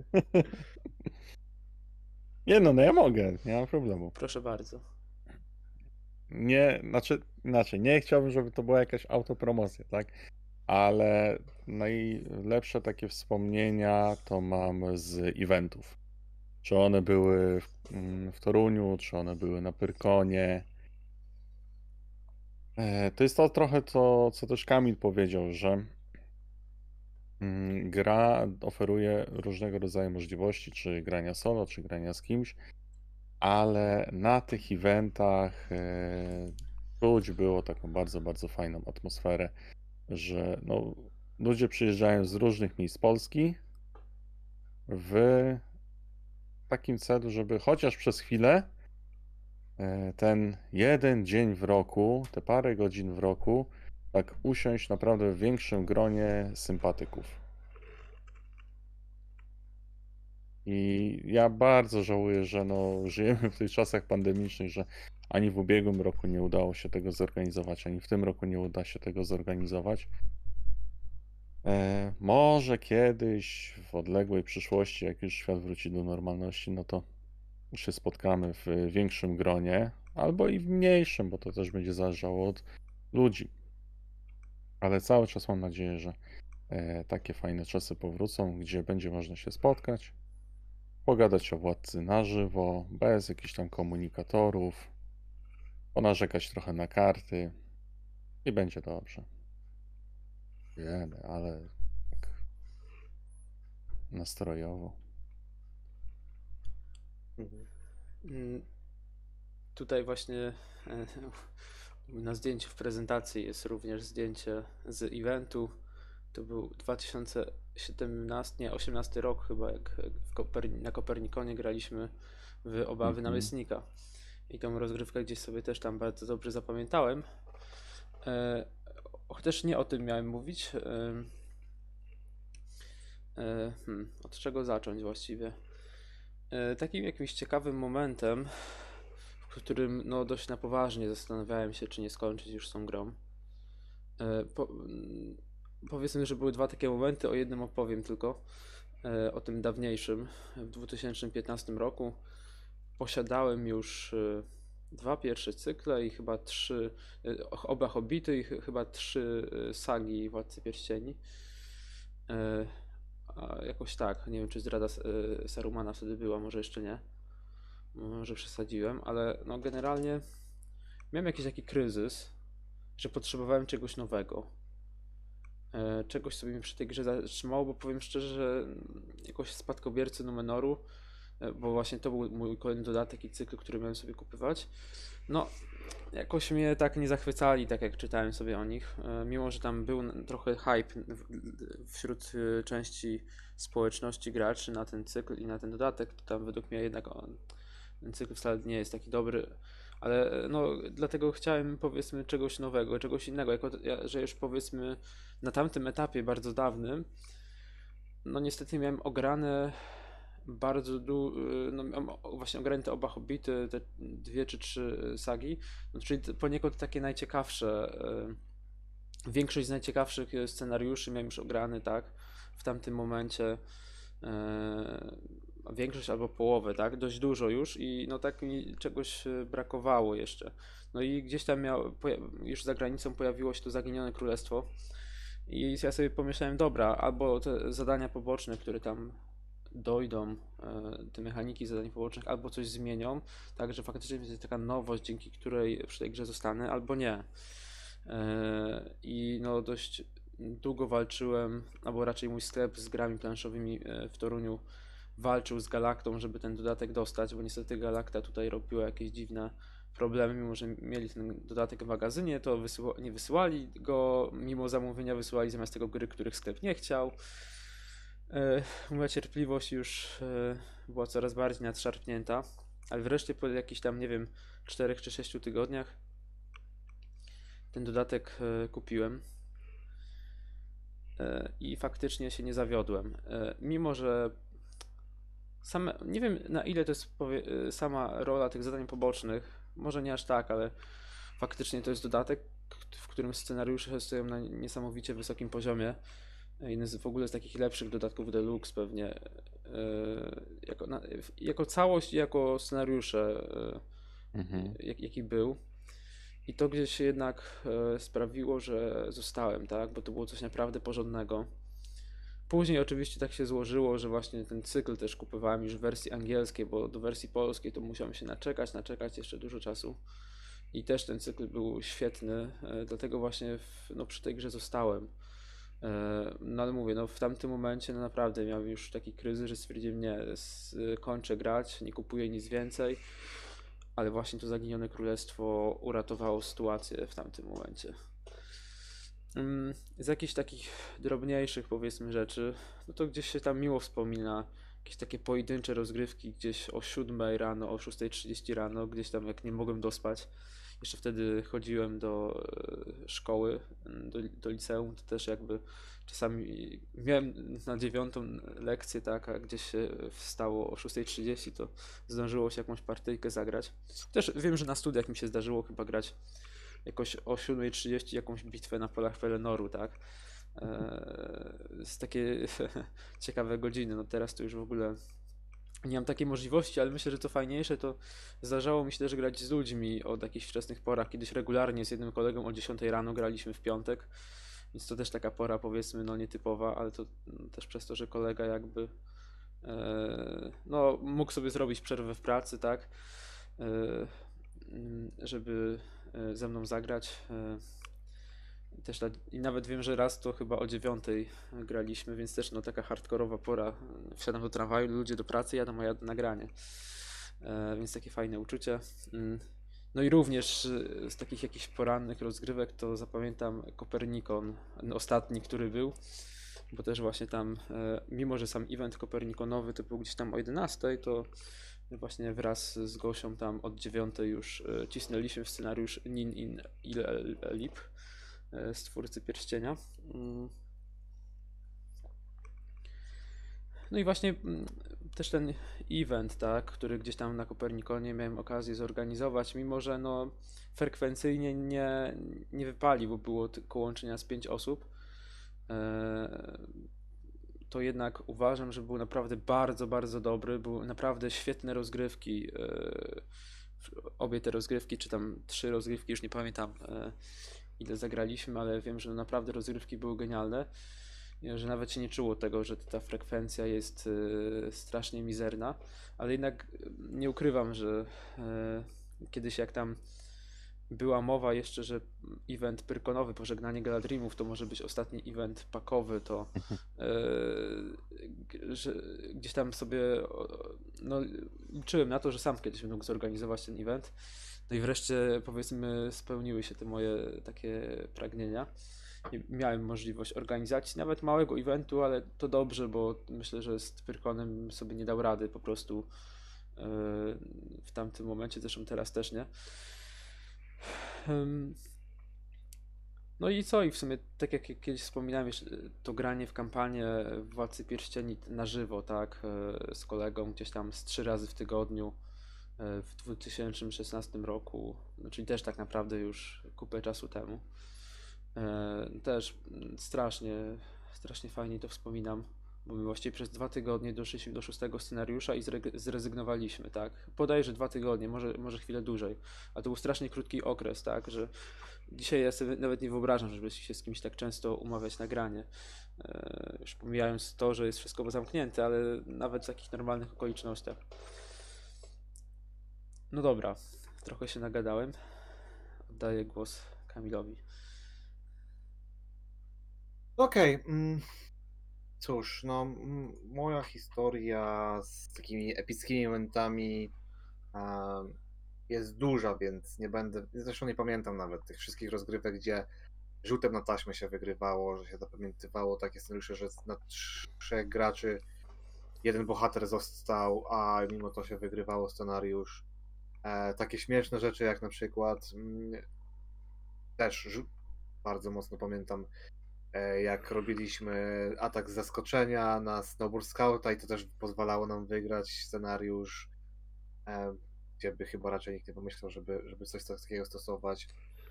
Nie no ja mogę, nie mam problemu.
Proszę bardzo.
Nie, znaczy inaczej, nie chciałbym, żeby to była jakaś autopromocja, tak? Ale najlepsze takie wspomnienia to mam z eventów. Czy one były w Toruniu, czy one były na Pyrkonie. To jest to trochę to, co też Kamil powiedział, że gra oferuje różnego rodzaju możliwości, czy grania solo, czy grania z kimś, ale na tych eventach czuć było taką bardzo, bardzo fajną atmosferę, że ludzie przyjeżdżają z różnych miejsc Polski w takim celu, żeby chociaż przez chwilę ten jeden dzień w roku, te parę godzin w roku, tak usiąść naprawdę w większym gronie sympatyków. I ja bardzo żałuję, że żyjemy w tych czasach pandemicznych, że ani w ubiegłym roku nie udało się tego zorganizować, ani w tym roku nie uda się tego zorganizować. Może kiedyś w odległej przyszłości, jak już świat wróci do normalności, no to się spotkamy w większym gronie, albo i w mniejszym, bo to też będzie zależało od ludzi. Ale cały czas mam nadzieję, że takie fajne czasy powrócą, gdzie będzie można się spotkać, pogadać o Władcy na żywo, bez jakichś tam komunikatorów, ponarzekać trochę na karty i będzie dobrze. Wiemy, ale tak nastrojowo.
Mhm.
Mm, Tutaj właśnie na zdjęciu w prezentacji jest również zdjęcie z eventu. To był 2017, nie, 18 rok chyba, jak na Kopernikonie graliśmy w Obawy Namiestnika. I tą rozgrywkę gdzieś sobie też tam bardzo dobrze zapamiętałem. Chociaż nie o tym miałem mówić. Od czego zacząć właściwie? Takim jakimś ciekawym momentem, w którym no dość na poważnie zastanawiałem się, czy nie skończyć już z tą grą. Powiedzmy, że były dwa takie momenty, o jednym opowiem tylko, o tym dawniejszym. W 2015 roku posiadałem już dwa pierwsze cykle i chyba trzy, oba Hobbity i chyba trzy sagi Władcy Pierścieni. A jakoś tak, nie wiem czy zdrada Sarumana wtedy była, może jeszcze nie. Może przesadziłem, ale no generalnie miałem jakiś taki kryzys, że potrzebowałem czegoś nowego. Czegoś sobie mnie przy tej grze zatrzymało, bo powiem szczerze, że jakoś Spadkobiercy Numenoru, bo właśnie to był mój kolejny dodatek i cykl, który miałem sobie kupywać, no jakoś mnie tak nie zachwycali, tak jak czytałem sobie o nich, mimo że tam był trochę hype wśród części społeczności graczy na ten cykl i na ten dodatek, to tam według mnie jednak ten cykl wcale nie jest taki dobry, ale no dlatego chciałem powiedzmy czegoś nowego, czegoś innego, że już powiedzmy na tamtym etapie bardzo dawnym, no niestety miałem ograne no miałem właśnie ograne te oba Hobbity, te dwie czy trzy sagi, no, czyli poniekąd takie najciekawsze, większość z najciekawszych scenariuszy miałem już ograny, tak, w tamtym momencie, większość albo połowę, tak, dość dużo już i no tak mi czegoś brakowało jeszcze. No i gdzieś tam już za granicą pojawiło się to Zaginione Królestwo i ja sobie pomyślałem, dobra, albo te zadania poboczne, które tam dojdą, te mechaniki zadań pobocznych, albo coś zmienią, tak, że faktycznie będzie taka nowość, dzięki której przy tej grze zostanę, albo nie. I no dość długo walczyłem, albo raczej mój sklep z grami planszowymi w Toruniu walczył z Galaktą, żeby ten dodatek dostać, bo niestety Galakta tutaj robiła jakieś dziwne problemy, mimo że mieli ten dodatek w magazynie, to nie wysyłali go, mimo zamówienia wysyłali zamiast tego gry, których sklep nie chciał. Moja cierpliwość już była coraz bardziej nadszarpnięta, ale wreszcie po jakichś tam, nie wiem, 4 czy 6 tygodniach ten dodatek kupiłem i faktycznie się nie zawiodłem. Mimo że nie wiem na ile to jest sama rola tych zadań pobocznych, może nie aż tak, ale faktycznie to jest dodatek, w którym scenariusze stoją na niesamowicie wysokim poziomie. Jeden w ogóle z takich lepszych dodatków Deluxe pewnie, jako całość i jako scenariusze, jaki był. I to gdzieś jednak sprawiło, że zostałem, tak, bo to było coś naprawdę porządnego. Później oczywiście tak się złożyło, że właśnie ten cykl też kupowałem już w wersji angielskiej, bo do wersji polskiej to musiałem się naczekać jeszcze dużo czasu. I też ten cykl był świetny, dlatego właśnie przy tej grze zostałem. No ale mówię, no w tamtym momencie no naprawdę miałem już taki kryzys, że stwierdziłem, nie, kończę grać, nie kupuję nic więcej, ale właśnie to Zaginione Królestwo uratowało sytuację w tamtym momencie. Z jakichś takich drobniejszych powiedzmy rzeczy, no to gdzieś się tam miło wspomina jakieś takie pojedyncze rozgrywki gdzieś o 7 rano, o 6:30 rano, gdzieś tam jak nie mogłem dospać. Jeszcze wtedy chodziłem do szkoły, do liceum, to też jakby czasami miałem na 9 lekcję, tak, a gdzieś się wstało o 6:30, to zdążyło się jakąś partyjkę zagrać. Też wiem, że na studiach mi się zdarzyło chyba grać jakoś o 7:30 jakąś bitwę na polach Pelenoru, tak. Z takie ciekawe godziny. No teraz to już w ogóle nie mam takiej możliwości, ale myślę, że co fajniejsze, to zdarzało mi się też grać z ludźmi od jakichś wczesnych porach. Kiedyś regularnie z jednym kolegą o 10 rano graliśmy w piątek, więc to też taka pora, powiedzmy, no nietypowa, ale to też przez to, że kolega jakby no mógł sobie zrobić przerwę w pracy, tak, żeby ze mną zagrać. Też i nawet wiem, że raz to chyba o 9 graliśmy, więc też no taka hardkorowa pora. Wsiadam do tramwaju, ludzie do pracy jadą, a ja na granie. Więc takie fajne uczucie. No i również z takich jakichś porannych rozgrywek to zapamiętam Kopernikon, ostatni, który był, bo też właśnie tam, mimo że sam event kopernikonowy to był gdzieś tam o 11, to właśnie wraz z Gosią tam od 9 już cisnęliśmy w scenariusz Nin in Il Lip z twórcy Pierścienia. No i właśnie też ten event, tak, który gdzieś tam na Kopernikonie miałem okazję zorganizować, mimo że no frekwencyjnie nie wypalił, bo było tylko łączenia z 5 osób, to jednak uważam, że był naprawdę bardzo, bardzo dobry, były naprawdę świetne rozgrywki. Obie te rozgrywki, czy tam 3 rozgrywki, już nie pamiętam ile zagraliśmy, ale wiem, że naprawdę rozgrywki były genialne, że nawet się nie czuło tego, że ta frekwencja jest strasznie mizerna, ale jednak nie ukrywam, że kiedyś jak tam była mowa jeszcze, że event pyrkonowy, pożegnanie Galadrimów to może być ostatni event pakowy, to że gdzieś tam sobie no, liczyłem na to, że sam kiedyś będę mógł zorganizować ten event. No i wreszcie, powiedzmy, spełniły się te moje takie pragnienia. I miałem możliwość organizacji nawet małego eventu, ale to dobrze, bo myślę, że z Pyrkonem sobie nie dał rady po prostu w tamtym momencie, zresztą teraz też nie. No i co? I w sumie, tak jak kiedyś wspominałem, jeszcze to granie w kampanię Władcy Pierścieni na żywo, tak, z kolegą gdzieś tam z 3 razy w tygodniu w 2016 roku, no, czyli też tak naprawdę już kupę czasu temu. Też strasznie fajnie to wspominam, bo my właściwie przez 2 tygodnie doszliśmy do 6 scenariusza i zrezygnowaliśmy, tak? Bodajże 2 tygodnie, może chwilę dłużej, a to był strasznie krótki okres, tak? Że dzisiaj ja sobie nawet nie wyobrażam, żeby się z kimś tak często umawiać na granie. Już pomijając to, że jest wszystko zamknięte, ale nawet w takich normalnych okolicznościach. No dobra, trochę się nagadałem. Oddaję głos Kamilowi.
Okej, cóż, no moja historia z takimi epickimi momentami jest duża, więc nie będę, zresztą nie pamiętam nawet tych wszystkich rozgrywek, gdzie rzutem na taśmę się wygrywało, że się zapamiętywało takie scenariusze, że na 3 graczy jeden bohater został, a mimo to się wygrywało scenariusz. Takie śmieszne rzeczy jak na przykład też bardzo mocno pamiętam, jak robiliśmy atak z zaskoczenia na Snowboard Scouta i to też pozwalało nam wygrać scenariusz, gdzie by chyba raczej nikt nie pomyślał, żeby coś takiego stosować.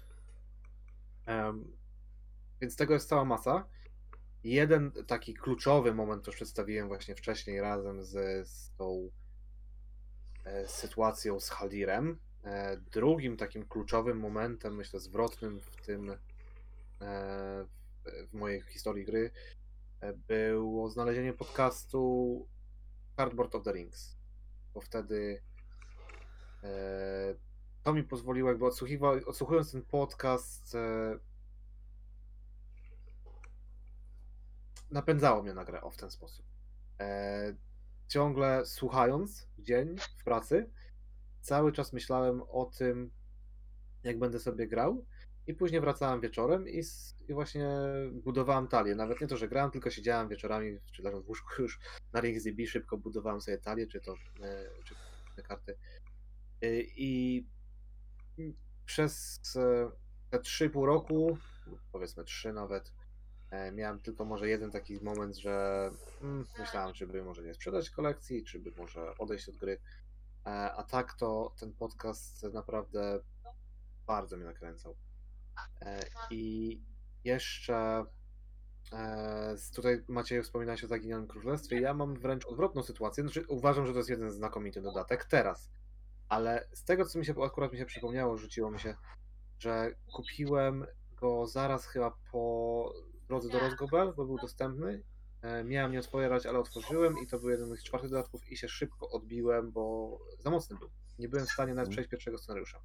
Więc tego jest cała masa. Jeden taki kluczowy moment, to już przedstawiłem właśnie wcześniej razem z tą sytuacją z Haldirem. Drugim takim kluczowym momentem, myślę, zwrotnym w mojej historii gry było znalezienie podcastu Cardboard of the Rings, bo wtedy to mi pozwoliło, jakby odsłuchując ten podcast, napędzało mnie na grę w ten sposób. Ciągle słuchając w dzień w pracy, cały czas myślałem o tym, jak będę sobie grał i później wracałem wieczorem i właśnie budowałem talię. Nawet nie to, że grałem, tylko siedziałem wieczorami, czy leżąc w łóżku już na Rings DB, szybko budowałem sobie talię, czy te karty. I przez te 3,5 roku, powiedzmy 3 nawet, miałem tylko może jeden taki moment, że myślałem, czy by może nie sprzedać kolekcji, czy by może odejść od gry. A tak to ten podcast naprawdę bardzo mnie nakręcał. I jeszcze tutaj Maciej wspominałeś o Zaginionym Królestwie. Ja mam wręcz odwrotną sytuację. Znaczy, uważam, że to jest jeden znakomity dodatek teraz. Ale z tego, co akurat mi się przypomniało, rzuciło mi się, że kupiłem go zaraz chyba po drodze do Rozgobel, bo był dostępny. Miałem nie otwierać, ale otworzyłem i to był jeden z moich 4 dodatków i się szybko odbiłem, bo za mocny był. Nie byłem w stanie nawet przejść pierwszego scenariusza.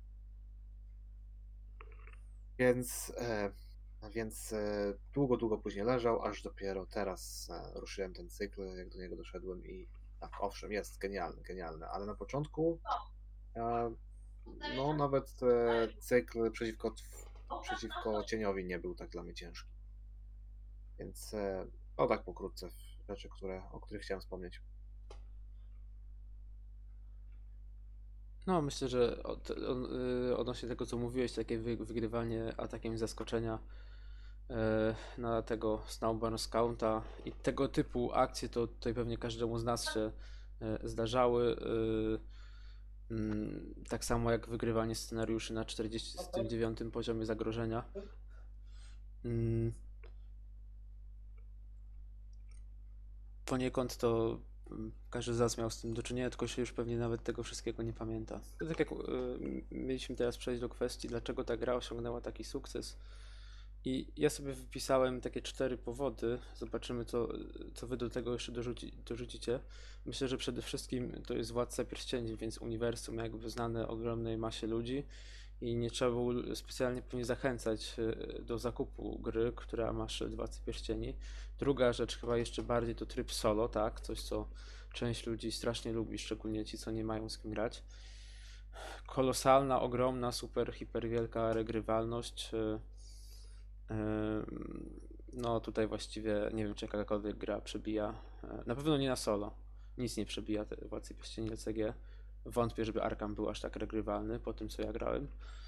Więc długo później leżał, aż dopiero teraz ruszyłem ten cykl, jak do niego doszedłem i tak, owszem, jest genialny, ale na początku no nawet cykl przeciwko cieniowi nie był tak dla mnie ciężki. Więc o tak pokrótce rzeczy, o których chciałem wspomnieć.
No, myślę, że odnośnie tego, co mówiłeś, takie wygrywanie atakiem z zaskoczenia na tego Snowbound Scounta i tego typu akcje, to tutaj pewnie każdemu z nas się zdarzały. Tak samo jak wygrywanie scenariuszy na 49 poziomie zagrożenia. Poniekąd to każdy z nas miał z tym do czynienia, tylko się już pewnie nawet tego wszystkiego nie pamięta. To tak jak mieliśmy teraz przejść do kwestii, dlaczego ta gra osiągnęła taki sukces. I ja sobie wypisałem takie 4 powody. Zobaczymy, co wy do tego jeszcze dorzucicie. Myślę, że przede wszystkim to jest Władca Pierścieni, więc uniwersum jakby znane ogromnej masie ludzi i nie trzeba było specjalnie pewnie zachęcać do zakupu gry, która ma Władcy Pierścieni. Druga rzecz, chyba jeszcze bardziej, to tryb solo, tak? Coś, co część ludzi strasznie lubi, szczególnie ci, co nie mają z kim grać. Kolosalna, ogromna, super, hiper wielka regrywalność. No tutaj właściwie nie wiem, czy jakakolwiek gra przebija. Na pewno nie na solo. Nic nie przebija Władcy Pierścieni LCG. Wątpię, żeby Arkham był aż tak regrywalny po tym, co ja grałem.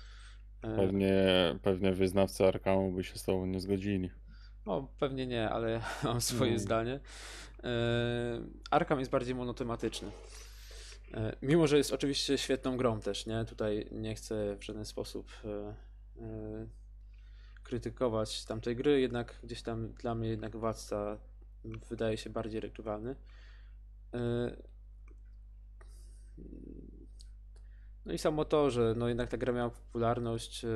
Pewnie wyznawcy Arkhamu by się z tobą nie zgodzili.
No, pewnie nie, ale mam swoje zdanie. Arkham jest bardziej monotematyczny. Mimo, że jest oczywiście świetną grą też, nie? Tutaj nie chcę w żaden sposób krytykować tamtej gry, jednak gdzieś tam dla mnie jednak Władca wydaje się bardziej regrywalny. No i samo to, że no jednak ta gra miała popularność,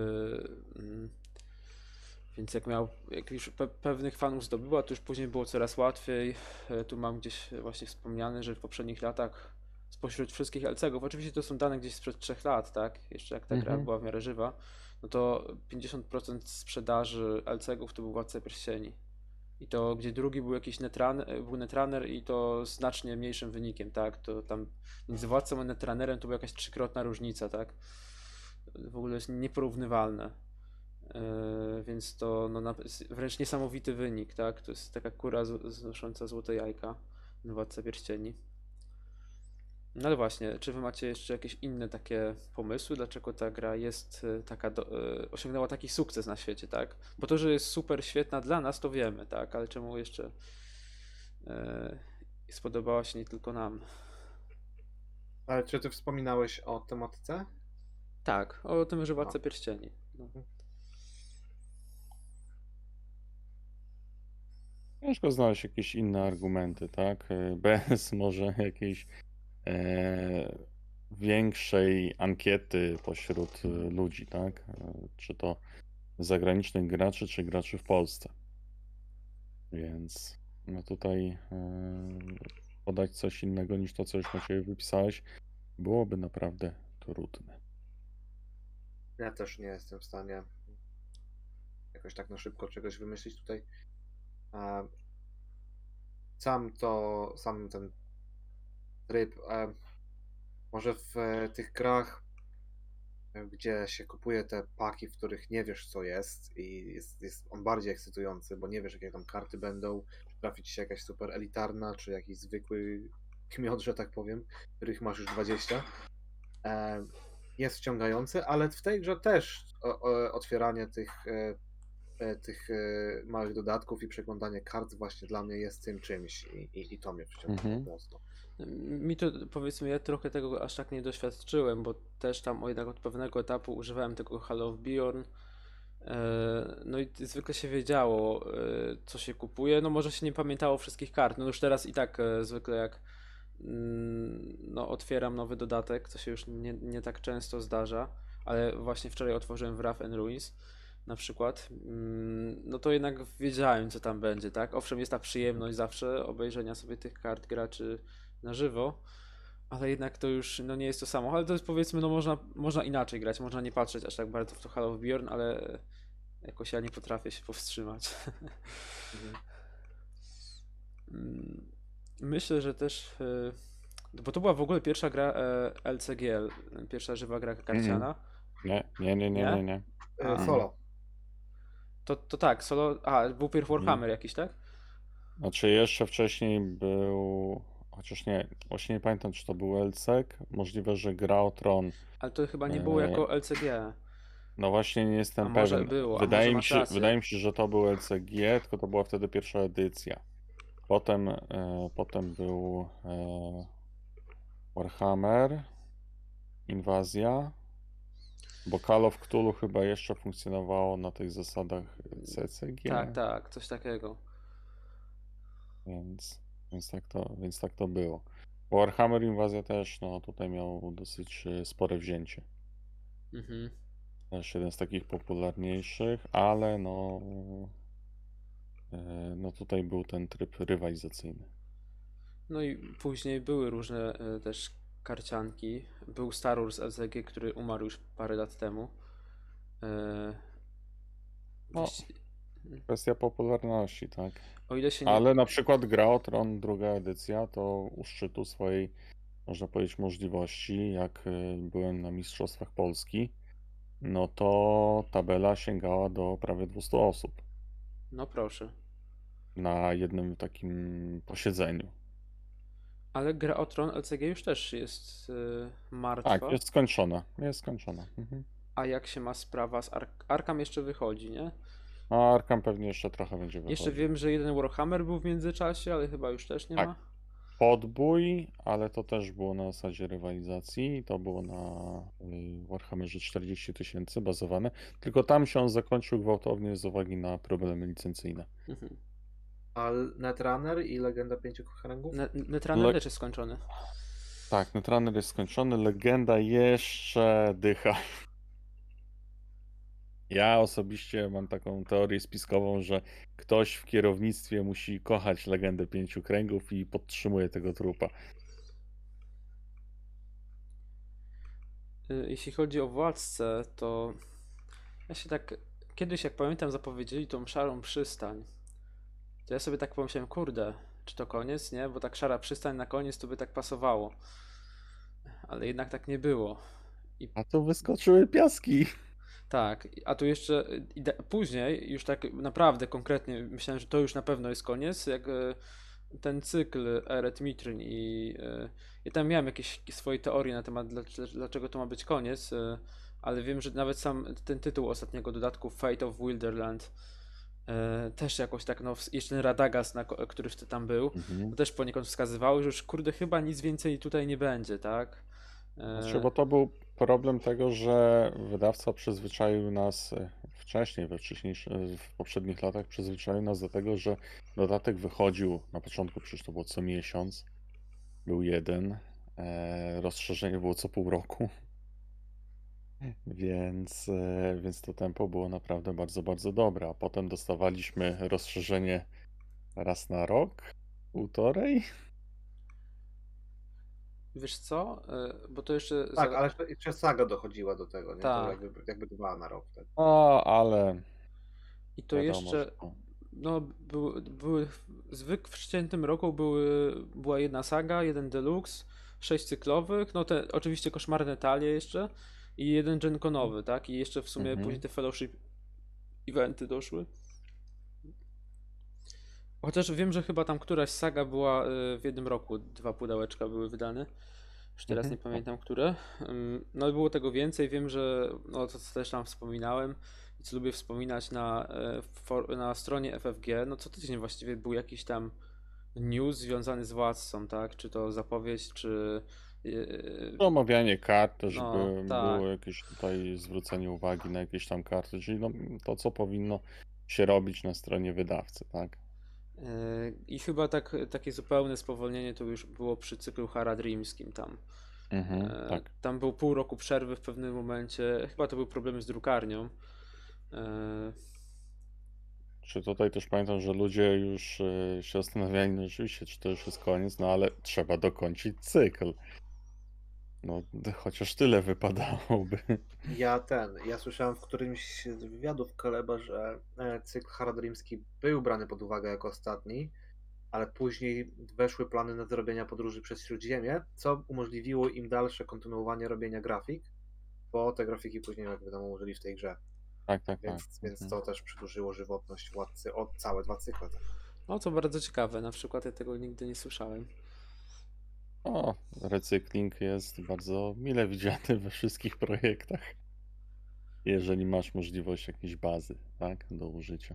więc jak już pewnych fanów zdobyła, to już później było coraz łatwiej. Tu mam gdzieś właśnie wspomniane, że w poprzednich latach spośród wszystkich LCG-ów, oczywiście to są dane gdzieś sprzed 3 lat, tak? Jeszcze jak ta gra była w miarę żywa, no to 50% sprzedaży LCG-ów to był Władca Pierścieni. I to gdzie drugi był jakiś Netrunner i to znacznie mniejszym wynikiem, tak? To tam między Władcą a Netrunnerem to była jakaś 3-krotna różnica, tak? W ogóle jest nieporównywalne. Więc to no, wręcz niesamowity wynik, tak? To jest taka kura znosząca złote jajka, Władca Pierścieni. No ale właśnie, czy wy macie jeszcze jakieś inne takie pomysły, dlaczego ta gra jest taka, osiągnęła taki sukces na świecie, tak? Bo to, że jest super świetna dla nas, to wiemy, tak? Ale czemu jeszcze spodobała się nie tylko nam?
Ale czy ty wspominałeś o tematyce?
Tak, o tym, że Władca Pierścieni. No.
Ciężko znaleźć jakieś inne argumenty, tak? Bez może jakiejś większej ankiety pośród ludzi, tak? Czy to zagranicznych graczy, czy graczy w Polsce. Więc no tutaj podać coś innego niż to, co już Maciej wypisałeś, byłoby naprawdę trudne.
Ja też nie jestem w stanie jakoś tak na szybko czegoś wymyślić tutaj. Sam ten tryb, może w tych grach gdzie się kupuje te paki, w których nie wiesz co jest i jest on bardziej ekscytujący, bo nie wiesz jakie tam karty będą, czy trafi ci się jakaś super elitarna, czy jakiś zwykły kmiot, że tak powiem, których masz już 20. E, Jest wciągający, ale w tej grze też otwieranie tych małych dodatków i przeglądanie kart właśnie dla mnie jest tym czymś i to mnie wciągnęło
Mhm.
mocno.
Mi to, powiedzmy, ja trochę tego aż tak nie doświadczyłem, bo też tam jednak od pewnego etapu używałem tego Hall of Bjorn. No i zwykle się wiedziało, co się kupuje. No może się nie pamiętało wszystkich kart. No już teraz i tak zwykle jak no, otwieram nowy dodatek, co się już nie tak często zdarza, ale właśnie wczoraj otworzyłem Wrath and Ruins na przykład, no to jednak wiedziałem, co tam będzie, tak? Owszem, jest ta przyjemność zawsze obejrzenia sobie tych kart graczy na żywo, ale jednak to już no, nie jest to samo. Ale to jest, powiedzmy, no można inaczej grać, można nie patrzeć aż tak bardzo w to Hall of Bjorn, ale jakoś ja nie potrafię się powstrzymać.
Mhm.
Myślę, że też, bo to była w ogóle pierwsza gra LCGL, pierwsza żywa gra karciana, nie?
Nie.
A,
Solo.
to tak, solo, był pierw Warhammer jakiś, tak?
Znaczy jeszcze wcześniej był, chociaż nie, właśnie nie pamiętam czy to był LCG, możliwe, że Gra o Tron.
Ale to chyba nie było jako LCG.
No właśnie nie
A
jestem
może
pewien.
było, a może
Wydaje mi
masz
się,
rację.
wydaje mi się, że to był LCG, tylko to była wtedy pierwsza edycja. Potem był Warhammer, Inwazja, bo Call of Cthulhu chyba jeszcze funkcjonowało na tych zasadach CCG,
Tak, coś takiego.
więc tak to było. Warhammer Inwazja też, no tutaj miał dosyć spore wzięcie.
Mhm.
Też jeden z takich popularniejszych, ale no tutaj był ten tryb rywalizacyjny.
No i później były różne też karcianki. Był Star Wars LCG, który umarł już parę lat temu.
No,
Właści-
kwestia popularności, tak.
O ile się nie...
Ale na przykład Gra o Tron, druga edycja, to u szczytu swojej, można powiedzieć, możliwości, jak byłem na Mistrzostwach Polski, no to tabela sięgała do prawie 200 osób
No proszę.
na jednym takim posiedzeniu.
Ale gra o Tron LCG już też jest
Tak,
martwa.
jest skończona. Jest skończona. Mhm.
A jak się ma sprawa z Arkham jeszcze wychodzi, nie?
A Arkham pewnie jeszcze trochę będzie
Jeszcze
wychodził.
wiem, że jeden Warhammer był w międzyczasie, ale chyba już też nie
Tak.
ma.
Podbój, ale to też było na zasadzie rywalizacji. To było na Warhammerze 40 000 bazowane. Tylko tam się on zakończył gwałtownie z uwagi na problemy licencyjne.
Mhm.
A Netrunner i Legenda Pięciu Herangów?
Netrunner też jest skończony.
Tak, Netrunner jest skończony. Legenda jeszcze dycha. Ja osobiście mam taką teorię spiskową, że ktoś w kierownictwie musi kochać Legendę Pięciu Kręgów i podtrzymuje tego trupa.
Jeśli chodzi o Władcę, to ja się tak kiedyś, jak pamiętam, zapowiedzieli tą Szarą Przystań. To ja sobie tak pomyślałem, kurde, czy to koniec, nie? Bo tak Szara Przystań na koniec to by tak pasowało. Ale jednak tak nie było.
A tu wyskoczyły piaski.
Tak, a tu jeszcze później, już tak naprawdę konkretnie, myślałem, że to już na pewno jest koniec, jak ten cykl Eret Mitryn i ja tam miałem jakieś swoje teorie na temat, dlaczego to ma być koniec, ale wiem, że nawet sam ten tytuł ostatniego dodatku, Fate of Wilderland, też jakoś tak, no, jeszcze ten Radagast, który wtedy tam był, to też poniekąd wskazywały, że już kurde, chyba nic więcej tutaj nie będzie, tak?
Znaczy, bo to był problem tego, że wydawca przyzwyczaił nas wcześniej, w poprzednich latach przyzwyczaił nas do tego, że dodatek wychodził na początku, przecież to było co miesiąc, był jeden, rozszerzenie było co pół roku, więc to tempo było naprawdę bardzo, bardzo dobre, a potem dostawaliśmy rozszerzenie raz na rok, półtorej.
Wiesz co? Bo to jeszcze.
Tak, ale jeszcze Saga dochodziła do tego, nie?
Tak.
To jakby 2 na rok wtedy.
O, ale
I to
wiadomo,
jeszcze.
że to-
No, były w ściętym roku była jedna saga, jeden deluxe, 6 cyklowych, no te oczywiście koszmarne talie jeszcze i jeden GenConowy, tak? I jeszcze w sumie
Mhm.
później te fellowship eventy doszły. Chociaż wiem, że chyba tam któraś saga była w jednym roku, 2 pudełeczka były wydane. Już teraz nie
Tak.
pamiętam, które. No było tego więcej, wiem, że no to co też tam wspominałem i co lubię wspominać na stronie FFG, no co tydzień właściwie był jakiś tam news związany z Władcą, tak? Czy to zapowiedź, czy
Omawianie kart też
no tak.
było jakieś tutaj zwrócenie uwagi na jakieś tam karty, czyli no, to, co powinno się robić na stronie wydawcy, tak?
I chyba takie zupełne spowolnienie to już było przy cyklu Haradrimskim tam.
Tak.
Tam był pół roku przerwy w pewnym momencie. Chyba to były problemy z drukarnią. E,
Czy tutaj też pamiętam, że ludzie już się zastanawiali, no rzeczywiście, czy to już jest koniec, no ale trzeba dokończyć cykl. No, chociaż tyle wypadałoby.
Ja słyszałem w którymś z wywiadów Kaleba, że cykl Haradrimski był brany pod uwagę jako ostatni, ale później weszły plany na zrobienie podróży przez Śródziemie, co umożliwiło im dalsze kontynuowanie robienia grafik, bo te grafiki później, jak wiadomo, użyli w tej grze.
Tak.
Więc to też przedłużyło żywotność Władcy o całe 2 cykle.
no co bardzo ciekawe, na przykład ja tego nigdy nie słyszałem.
O, recykling jest bardzo mile widziany we wszystkich projektach. Jeżeli masz możliwość jakiejś bazy, tak, do użycia.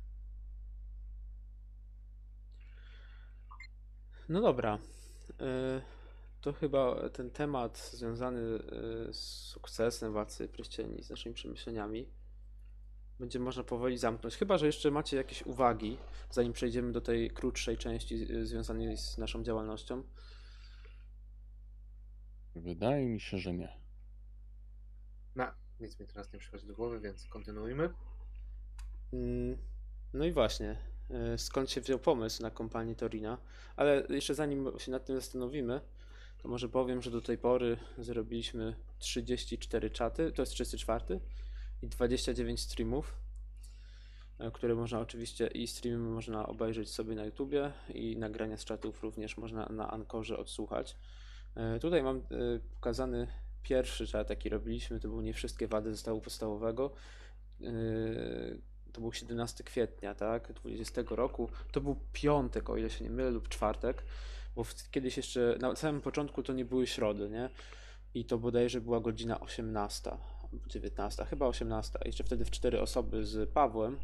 No dobra. To chyba ten temat związany z sukcesem Władcy Pierścieni, z naszymi przemyśleniami będzie można powoli zamknąć. Chyba że jeszcze macie jakieś uwagi, zanim przejdziemy do tej krótszej części związanej z naszą działalnością.
Wydaje mi się, że nie.
No, nic mi teraz nie przychodzi do głowy, więc kontynuujmy.
No i właśnie, skąd się wziął pomysł na kompanię Torina? Ale jeszcze zanim się nad tym zastanowimy, to może powiem, że do tej pory zrobiliśmy 34 czaty, to jest 34 i 29 streamów, które można oczywiście i streamy można obejrzeć sobie na YouTubie i nagrania z czatów również można na Ankorze odsłuchać. Tutaj mam pokazany pierwszy czat, jaki robiliśmy, to był Nie wszystkie wady zestawu podstawowego. To był 17 kwietnia, tak, 20 roku. To był piątek, o ile się nie mylę, lub czwartek, bo kiedyś jeszcze na samym początku to nie były środy, nie? I to bodajże była godzina 18 albo 19, chyba 18. Jeszcze wtedy w 4 osoby z Pawłem.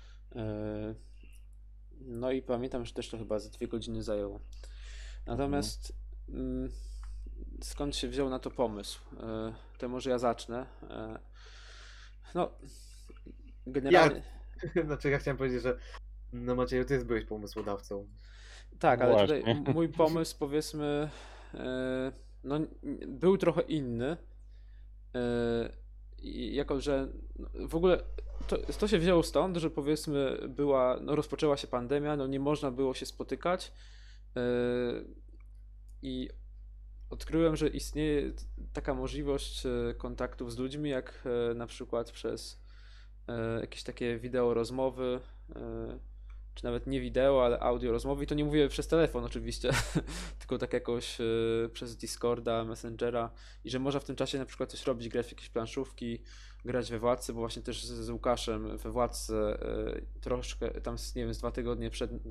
No i pamiętam, że też to chyba za 2 godziny zajęło. Natomiast skąd się wziął na to pomysł? To może ja zacznę. No, generalnie.
Znaczy ja chciałem powiedzieć, że no Macieju, ty byłeś pomysłodawcą.
Tak, ale tutaj
Właśnie.
mój pomysł, powiedzmy, no, był trochę inny. Jako, że w ogóle to się wzięło stąd, że powiedzmy rozpoczęła się pandemia, no nie można było się spotykać i odkryłem, że istnieje taka możliwość kontaktów z ludźmi, jak na przykład przez jakieś takie wideo rozmowy, czy nawet nie wideo, ale audio rozmowy. I to nie mówię przez telefon oczywiście, tylko tak jakoś przez Discorda, Messengera i że można w tym czasie na przykład coś robić, grać w jakieś planszówki, grać we Władcy, bo właśnie też z Łukaszem we Władce troszkę, tam nie wiem, z 2 tygodnie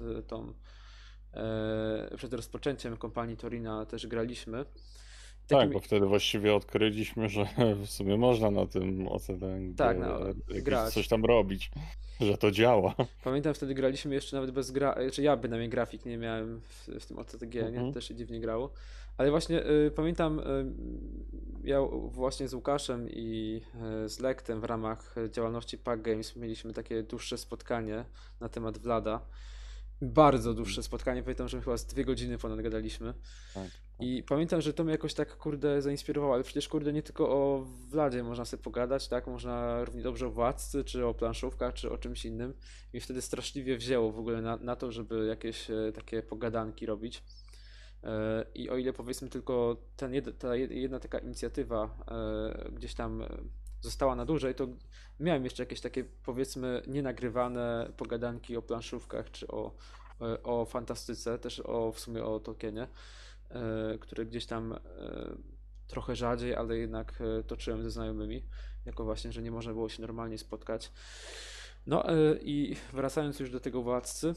przed rozpoczęciem kompanii Torina też graliśmy.
Tak, bo wtedy właściwie odkryliśmy, że w sumie można na tym OCD
Tak, grać.
coś tam robić, że to działa.
Pamiętam, wtedy graliśmy jeszcze nawet bez czy ja bynajmniej grafik nie miałem w tym OCTG, nie? To też się dziwnie grało. Ale właśnie pamiętam, ja właśnie z Łukaszem i z Lektem w ramach działalności Pack Games mieliśmy takie dłuższe spotkanie na temat Vlada. Bardzo dłuższe spotkanie, pamiętam, że chyba z 2 godziny ponad gadaliśmy.
Tak.
I pamiętam, że to mnie jakoś tak, kurde, zainspirowało, ale przecież, kurde, nie tylko o Vladzie można sobie pogadać, tak? Można równie dobrze o Władcy, czy o planszówkach, czy o czymś innym. I wtedy straszliwie wzięło w ogóle na to, żeby jakieś takie pogadanki robić. I o ile powiedzmy tylko ta jedna taka inicjatywa gdzieś tam została na dłużej, to miałem jeszcze jakieś takie powiedzmy nienagrywane pogadanki o planszówkach, czy o fantastyce, też w sumie o Tolkienie, które gdzieś tam trochę rzadziej, ale jednak toczyłem ze znajomymi, jako właśnie, że nie można było się normalnie spotkać. No i wracając już do tego Władcy,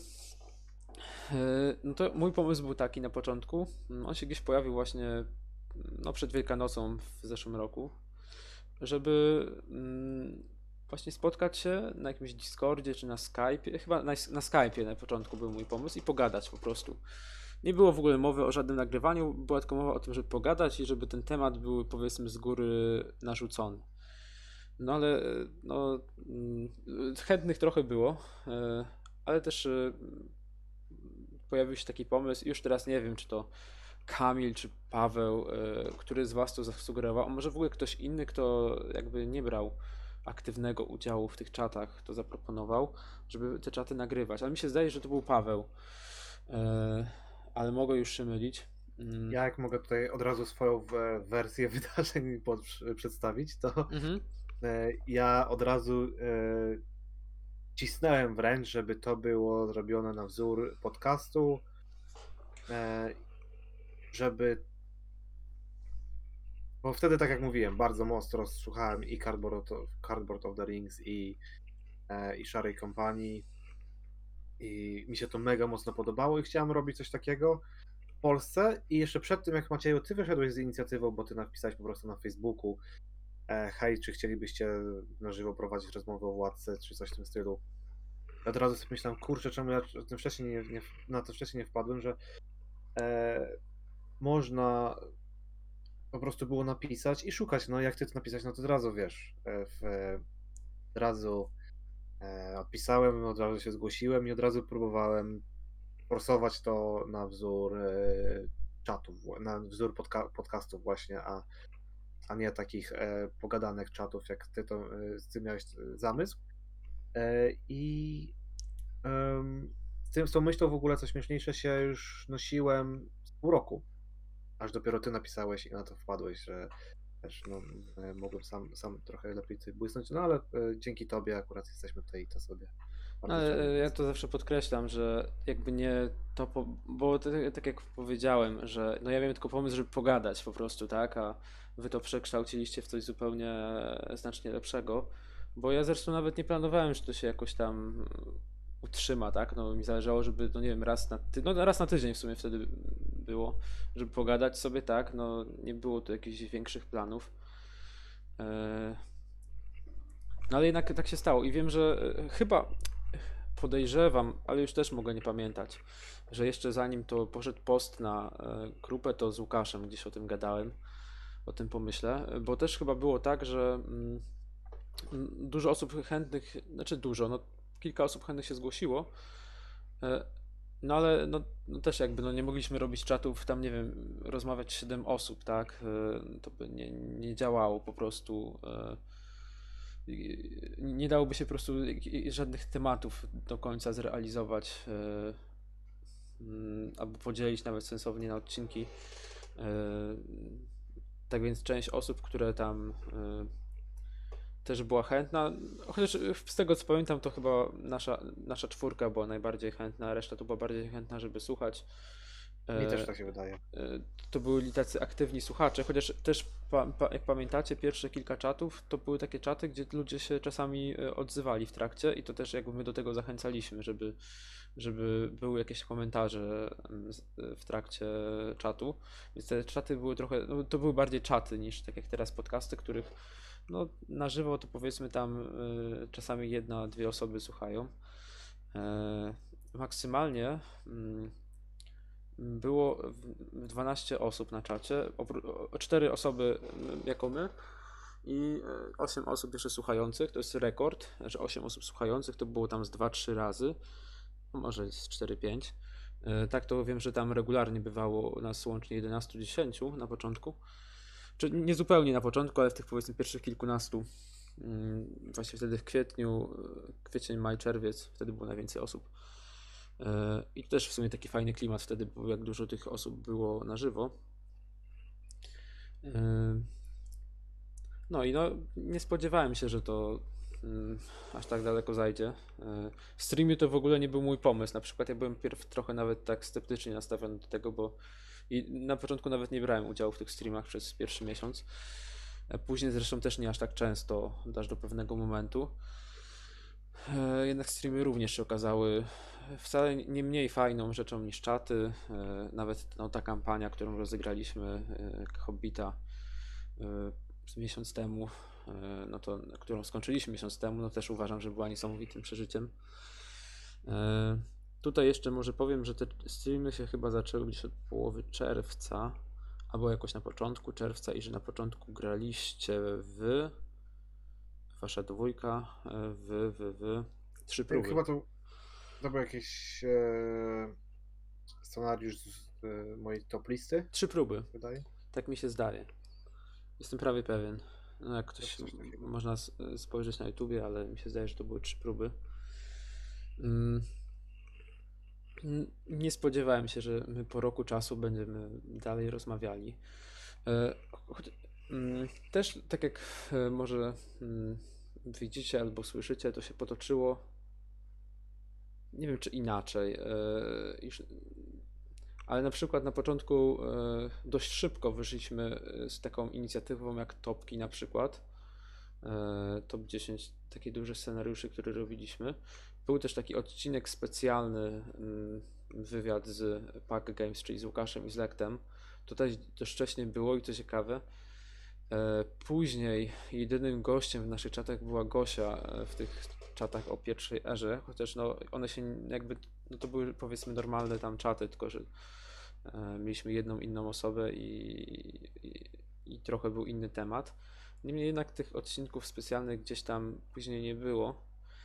no to mój pomysł był taki na początku. On się gdzieś pojawił właśnie no, przed Wielkanocą w zeszłym roku, żeby właśnie spotkać się na jakimś Discordzie czy na Skype'ie. Chyba na Skype'ie na początku był mój pomysł i pogadać po prostu. Nie było w ogóle mowy o żadnym nagrywaniu, była tylko mowa o tym, żeby pogadać i żeby ten temat był powiedzmy z góry narzucony. No ale no, chętnych trochę było, ale też pojawił się taki pomysł. Już teraz nie wiem, czy to Kamil czy Paweł, który z was to zasugerował, a może w ogóle ktoś inny, kto jakby nie brał aktywnego udziału w tych czatach, to zaproponował, żeby te czaty nagrywać. Ale mi się zdaje, że to był Paweł, ale mogę już się mylić.
Ja jak mogę tutaj od razu swoją wersję wydarzeń przedstawić, to
Mhm.
ja od razu cisnąłem wręcz, żeby to było zrobione na wzór podcastu, żeby... Bo wtedy, tak jak mówiłem, bardzo mocno słuchałem i Cardboard of the Rings i Szarej Kompanii i mi się to mega mocno podobało i chciałem robić coś takiego w Polsce. I jeszcze przed tym, jak Macieju, ty wyszedłeś z inicjatywą, bo ty napisałeś po prostu na Facebooku hej, czy chcielibyście na żywo prowadzić rozmowę o Władce, czy coś w tym stylu. Od razu sobie myślałem, kurczę, czemu ja o tym wcześniej na to wcześniej nie wpadłem, że można po prostu było napisać i szukać, no jak ty to napisać, no to od razu wiesz, od razu odpisałem, od razu się zgłosiłem i od razu próbowałem forsować to na wzór czatów, na wzór podcastów właśnie, a nie takich pogadanych czatów, jak ty to z tym miałeś zamysł. I z tą myślą w ogóle, co śmieszniejsze, się już nosiłem z pół roku. Aż dopiero ty napisałeś i na to wpadłeś, że też no, mogłem sam trochę lepiej tutaj błysnąć, no ale dzięki tobie akurat jesteśmy tutaj i to sobie bardzo
Ale
cenię.
ja to zawsze podkreślam, że jakby nie to, bo tak jak powiedziałem, że no ja miałem tylko pomysł, żeby pogadać po prostu, tak, a wy to przekształciliście w coś zupełnie znacznie lepszego, bo ja zresztą nawet nie planowałem, że to się jakoś tam utrzyma, tak, no mi zależało, żeby, no nie wiem, raz na tydzień w sumie wtedy było, żeby pogadać sobie, tak, no nie było tu jakichś większych planów. No ale jednak tak się stało i wiem, że chyba podejrzewam, ale już też mogę nie pamiętać, że jeszcze zanim to poszedł post na grupę, to z Łukaszem gdzieś o tym gadałem, o tym pomyśle, bo też chyba było tak, że dużo osób chętnych, znaczy dużo, no kilka osób chętnych się zgłosiło, no ale no też jakby no nie mogliśmy robić czatów, tam nie wiem, rozmawiać 7 osób, tak, to by nie działało po prostu. Nie dałoby się po prostu żadnych tematów do końca zrealizować albo podzielić nawet sensownie na odcinki. Tak więc część osób, które tam też była chętna, chociaż z tego co pamiętam, to chyba nasza czwórka była najbardziej chętna, a reszta to była bardziej chętna, żeby słuchać.
Mi też tak się wydaje.
To byli tacy aktywni słuchacze, chociaż też jak pamiętacie, pierwsze kilka czatów to były takie czaty, gdzie ludzie się czasami odzywali w trakcie i to też jakby my do tego zachęcaliśmy, żeby były jakieś komentarze w trakcie czatu, więc te czaty były trochę, no to były bardziej czaty niż tak jak teraz podcasty, których no na żywo to powiedzmy tam czasami jedna, dwie osoby słuchają. Maksymalnie było 12 osób na czacie, 4 osoby jako my i 8 osób jeszcze słuchających, to jest rekord, że 8 osób słuchających to było tam z 2-3 razy, no może z 4-5. Tak to wiem, że tam regularnie bywało nas łącznie 11-10 na początku, czy nie zupełnie na początku, ale w tych powiedzmy pierwszych kilkunastu, właśnie wtedy w kwiecień, maj, czerwiec, wtedy było najwięcej osób. I to też w sumie taki fajny klimat wtedy, bo jak dużo tych osób było na żywo. No i no, nie spodziewałem się, że to aż tak daleko zajdzie. W streamie to w ogóle nie był mój pomysł. Na przykład ja byłem trochę nawet tak sceptycznie nastawiony do tego, bo I na początku nawet nie brałem udziału w tych streamach przez pierwszy miesiąc. Później zresztą też nie aż tak często, aż do pewnego momentu. Jednak streamy również się okazały wcale nie mniej fajną rzeczą niż czaty. Nawet no, ta kampania, którą rozegraliśmy Hobbita miesiąc temu, no to, którą skończyliśmy miesiąc temu, no też uważam, że była niesamowitym przeżyciem. Tutaj jeszcze może powiem, że te streamy się chyba zaczęły gdzieś od połowy czerwca, albo jakoś na początku czerwca i że na początku graliście wasza dwójka, trzy próby.
Chyba to był jakiś scenariusz z mojej top listy,
3 próby,
wydaje.
tak mi się zdaje. Jestem prawie pewien. No jak ktoś
Coś takiego.
można spojrzeć na YouTubie, ale mi się zdaje, że to były 3 próby. Nie spodziewałem się, że my po roku czasu będziemy dalej rozmawiali. Też tak jak może widzicie albo słyszycie, to się potoczyło, nie wiem czy inaczej, ale na przykład na początku dość szybko wyszliśmy z taką inicjatywą jak Topki na przykład. Top 10 takich dużych scenariuszy, które robiliśmy. Był też taki odcinek specjalny, wywiad z Pack Games, czyli z Łukaszem i z Lektem. To też dość wcześnie było i co ciekawe. Później jedynym gościem w naszych czatach była Gosia w tych czatach o pierwszej erze, chociaż no one się jakby, no to były powiedzmy normalne tam czaty, tylko że mieliśmy jedną inną osobę i trochę był inny temat. Niemniej jednak tych odcinków specjalnych gdzieś tam później nie było.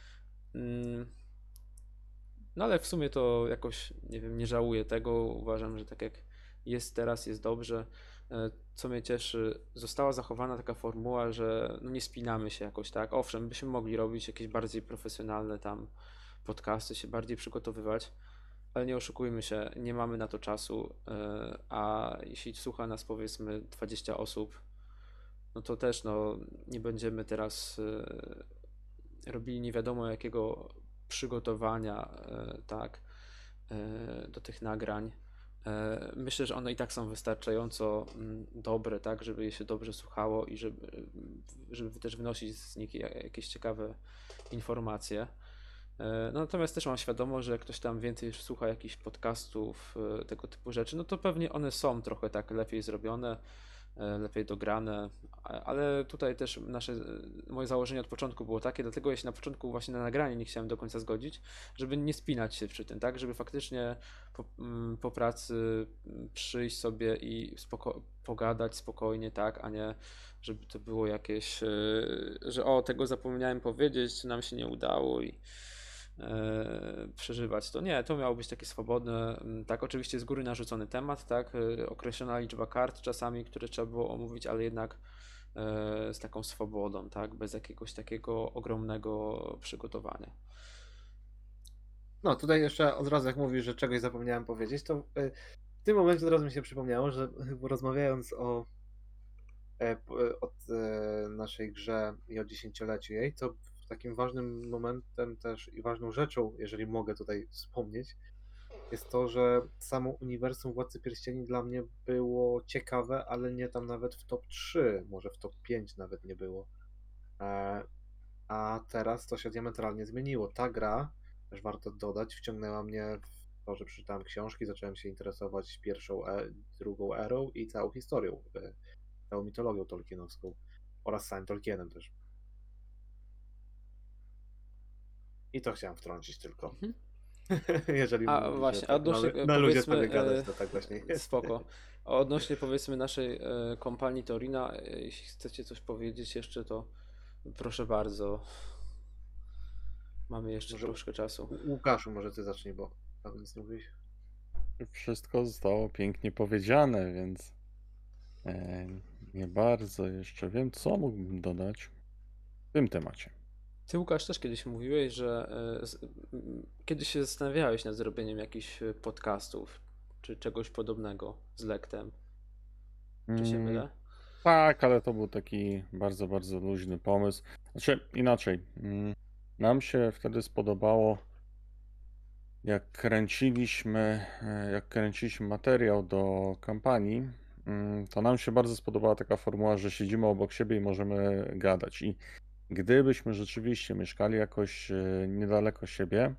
No ale w sumie to jakoś, nie wiem, nie żałuję tego. Uważam, że tak jak jest teraz, jest dobrze. Co mnie cieszy, została zachowana taka formuła, że no nie spinamy się jakoś tak. Owszem, byśmy mogli robić jakieś bardziej profesjonalne tam podcasty, się bardziej przygotowywać, ale nie oszukujmy się, nie mamy na to czasu, a jeśli słucha nas powiedzmy 20 osób, no to też no, nie będziemy teraz robili nie wiadomo jakiego przygotowania tak, do tych nagrań. Myślę, że one i tak są wystarczająco dobre, tak, żeby je się dobrze słuchało i żeby też wynosić z nich jakieś ciekawe informacje. No, natomiast też mam świadomość, że jak ktoś tam więcej słucha jakichś podcastów, tego typu rzeczy, no to pewnie one są trochę tak lepiej zrobione, lepiej dograne, ale tutaj też moje założenie od początku było takie, dlatego ja się na początku właśnie na nagranie nie chciałem do końca zgodzić, żeby nie spinać się przy tym, tak, żeby faktycznie po pracy przyjść sobie i pogadać spokojnie, tak, a nie żeby to było jakieś, że tego zapomniałem powiedzieć, co nam się nie udało i przeżywać to. Nie, to miało być takie swobodne, tak, oczywiście z góry narzucony temat, tak, określona liczba kart czasami, które trzeba było omówić, ale jednak z taką swobodą, tak, bez jakiegoś takiego ogromnego przygotowania.
No, tutaj jeszcze od razu jak mówisz, że czegoś zapomniałem powiedzieć, to w tym momencie od razu mi się przypomniało, że rozmawiając o naszej grze i o 10-leciu jej, to takim ważnym momentem też i ważną rzeczą, jeżeli mogę tutaj wspomnieć, jest to, że samo uniwersum Władcy Pierścieni dla mnie było ciekawe, ale nie tam nawet w top 3, może w top 5 nawet nie było. A teraz to się diametralnie zmieniło. Ta gra, też warto dodać, wciągnęła mnie w to, że przeczytałem książki, zacząłem się interesować pierwszą, drugą erą i całą historią, całą mitologią tolkienowską oraz samym Tolkienem też. I to chciałem wtrącić tylko. Jeżeli mówisz,
właśnie,
tak na ludzie sobie gadać, to tak właśnie jest.
Spoko. A odnośnie powiedzmy naszej kompanii Torina, jeśli chcecie coś powiedzieć jeszcze, to proszę bardzo. Mamy jeszcze troszkę czasu.
Łukaszu, może ty zacznij, bo tam nic nie mówiłeś.
Wszystko zostało pięknie powiedziane, więc nie bardzo jeszcze wiem, co mógłbym dodać w tym temacie.
Ty, Łukasz, też kiedyś mówiłeś, że kiedyś się zastanawiałeś nad zrobieniem jakichś podcastów, czy czegoś podobnego z Lektem. Czy się mylę?
Tak, ale to był taki bardzo, bardzo luźny pomysł. Znaczy, inaczej. Nam się wtedy spodobało jak kręciliśmy materiał do kampanii, to nam się bardzo spodobała taka formuła, że siedzimy obok siebie i możemy gadać. I gdybyśmy rzeczywiście mieszkali jakoś niedaleko siebie,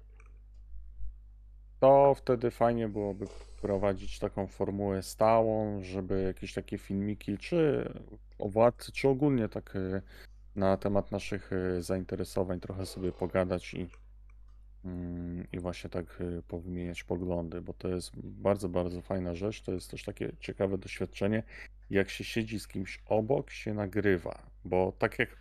to wtedy fajnie byłoby prowadzić taką formułę stałą, żeby jakieś takie filmiki, czy o władcy, czy ogólnie tak na temat naszych zainteresowań trochę sobie pogadać i właśnie tak powymieniać poglądy, bo to jest bardzo, bardzo fajna rzecz. To jest też takie ciekawe doświadczenie, jak się siedzi z kimś obok, się nagrywa, bo tak jak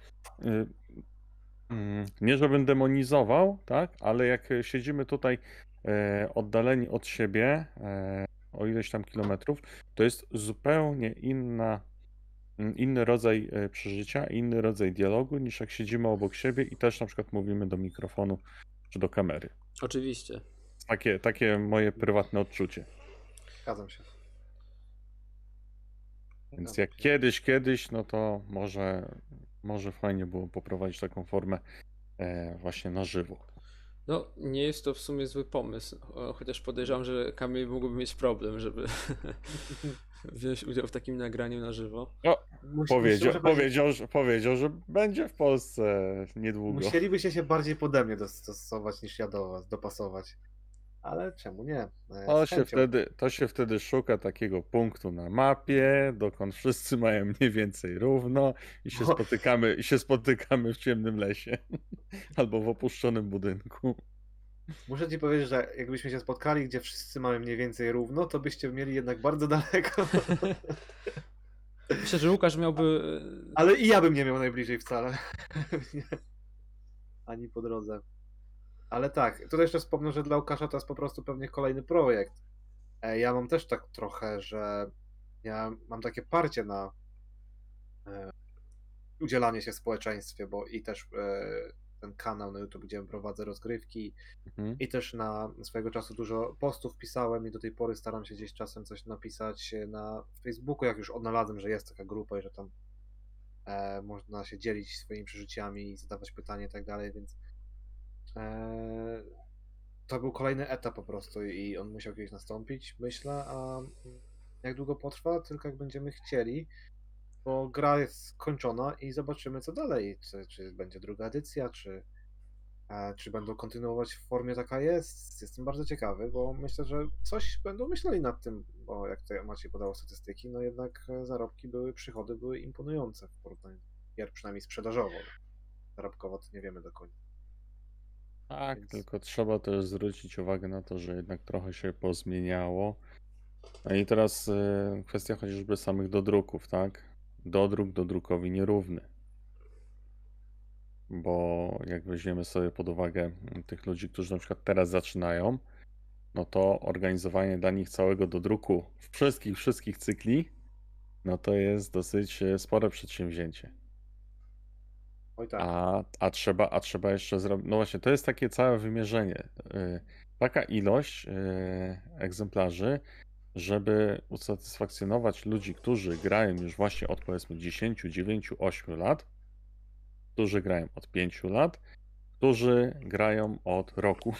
nie żebym demonizował, tak, ale jak siedzimy tutaj oddaleni od siebie o ileś tam kilometrów, to jest zupełnie inny rodzaj przeżycia, inny rodzaj dialogu, niż jak siedzimy obok siebie i też na przykład mówimy do mikrofonu czy do kamery.
Oczywiście.
Takie moje prywatne odczucie.
Zgadzam się.
Więc
Zgadzam
jak
się.
kiedyś, no to może fajnie było poprowadzić taką formę właśnie na żywo.
No, nie jest to w sumie zły pomysł, chociaż podejrzewam, że Kamil mógłby mieć problem, żeby wziąć udział w takim nagraniu na żywo.
No,
Muszę powiedzieć,
powiedział, że będzie w Polsce niedługo.
musielibyście się bardziej pode mnie dostosować niż ja do was, dopasować. Ale czemu nie? Z chęcią.
To się wtedy szuka takiego punktu na mapie, dokąd wszyscy mają mniej więcej równo i się spotykamy w ciemnym lesie albo w opuszczonym budynku.
Muszę ci powiedzieć, że jakbyśmy się spotkali, gdzie wszyscy mamy mniej więcej równo, to byście mieli jednak bardzo daleko.
Myślę, że Łukasz miałby...
Ale i ja bym nie miał najbliżej wcale. Nie. Ani po drodze. Ale tak, tutaj jeszcze wspomnę, że dla Łukasza to jest po prostu pewnie kolejny projekt. Ja mam też tak trochę, że ja mam takie parcie na udzielanie się w społeczeństwie, bo i też ten kanał na YouTube, gdzie prowadzę rozgrywki, i też na swojego czasu dużo postów pisałem i do tej pory staram się gdzieś czasem coś napisać na Facebooku, jak już odnalazłem, że jest taka grupa i że tam można się dzielić swoimi przeżyciami i zadawać pytania i tak dalej, więc to był kolejny etap po prostu i on musiał kiedyś nastąpić, myślę, a jak długo potrwa? Tylko jak będziemy chcieli, bo gra jest skończona i zobaczymy co dalej, czy będzie druga edycja, czy będą kontynuować w formie taka jest. Jestem bardzo ciekawy, bo myślę, że coś będą myśleli nad tym, bo jak tutaj Maciej podał statystyki, no jednak przychody były imponujące w porównaniu do gier, przynajmniej sprzedażowo. Zarobkowo to nie wiemy do końca.
Tak,
Więc
tylko trzeba też zwrócić uwagę na to, że jednak trochę się pozmieniało. No i teraz kwestia chociażby samych dodruków, tak? Dodrukowi nierówny. Bo jak weźmiemy sobie pod uwagę tych ludzi, którzy na przykład teraz zaczynają, no to organizowanie dla nich całego dodruku wszystkich cykli, no to jest dosyć spore przedsięwzięcie.
oj tak.
A trzeba jeszcze zrobić. No właśnie, to jest takie całe wymierzenie. Taka ilość egzemplarzy, żeby usatysfakcjonować ludzi, którzy grają już właśnie od powiedzmy 10, 9, 8 lat, którzy grają od 5 lat, którzy grają od roku.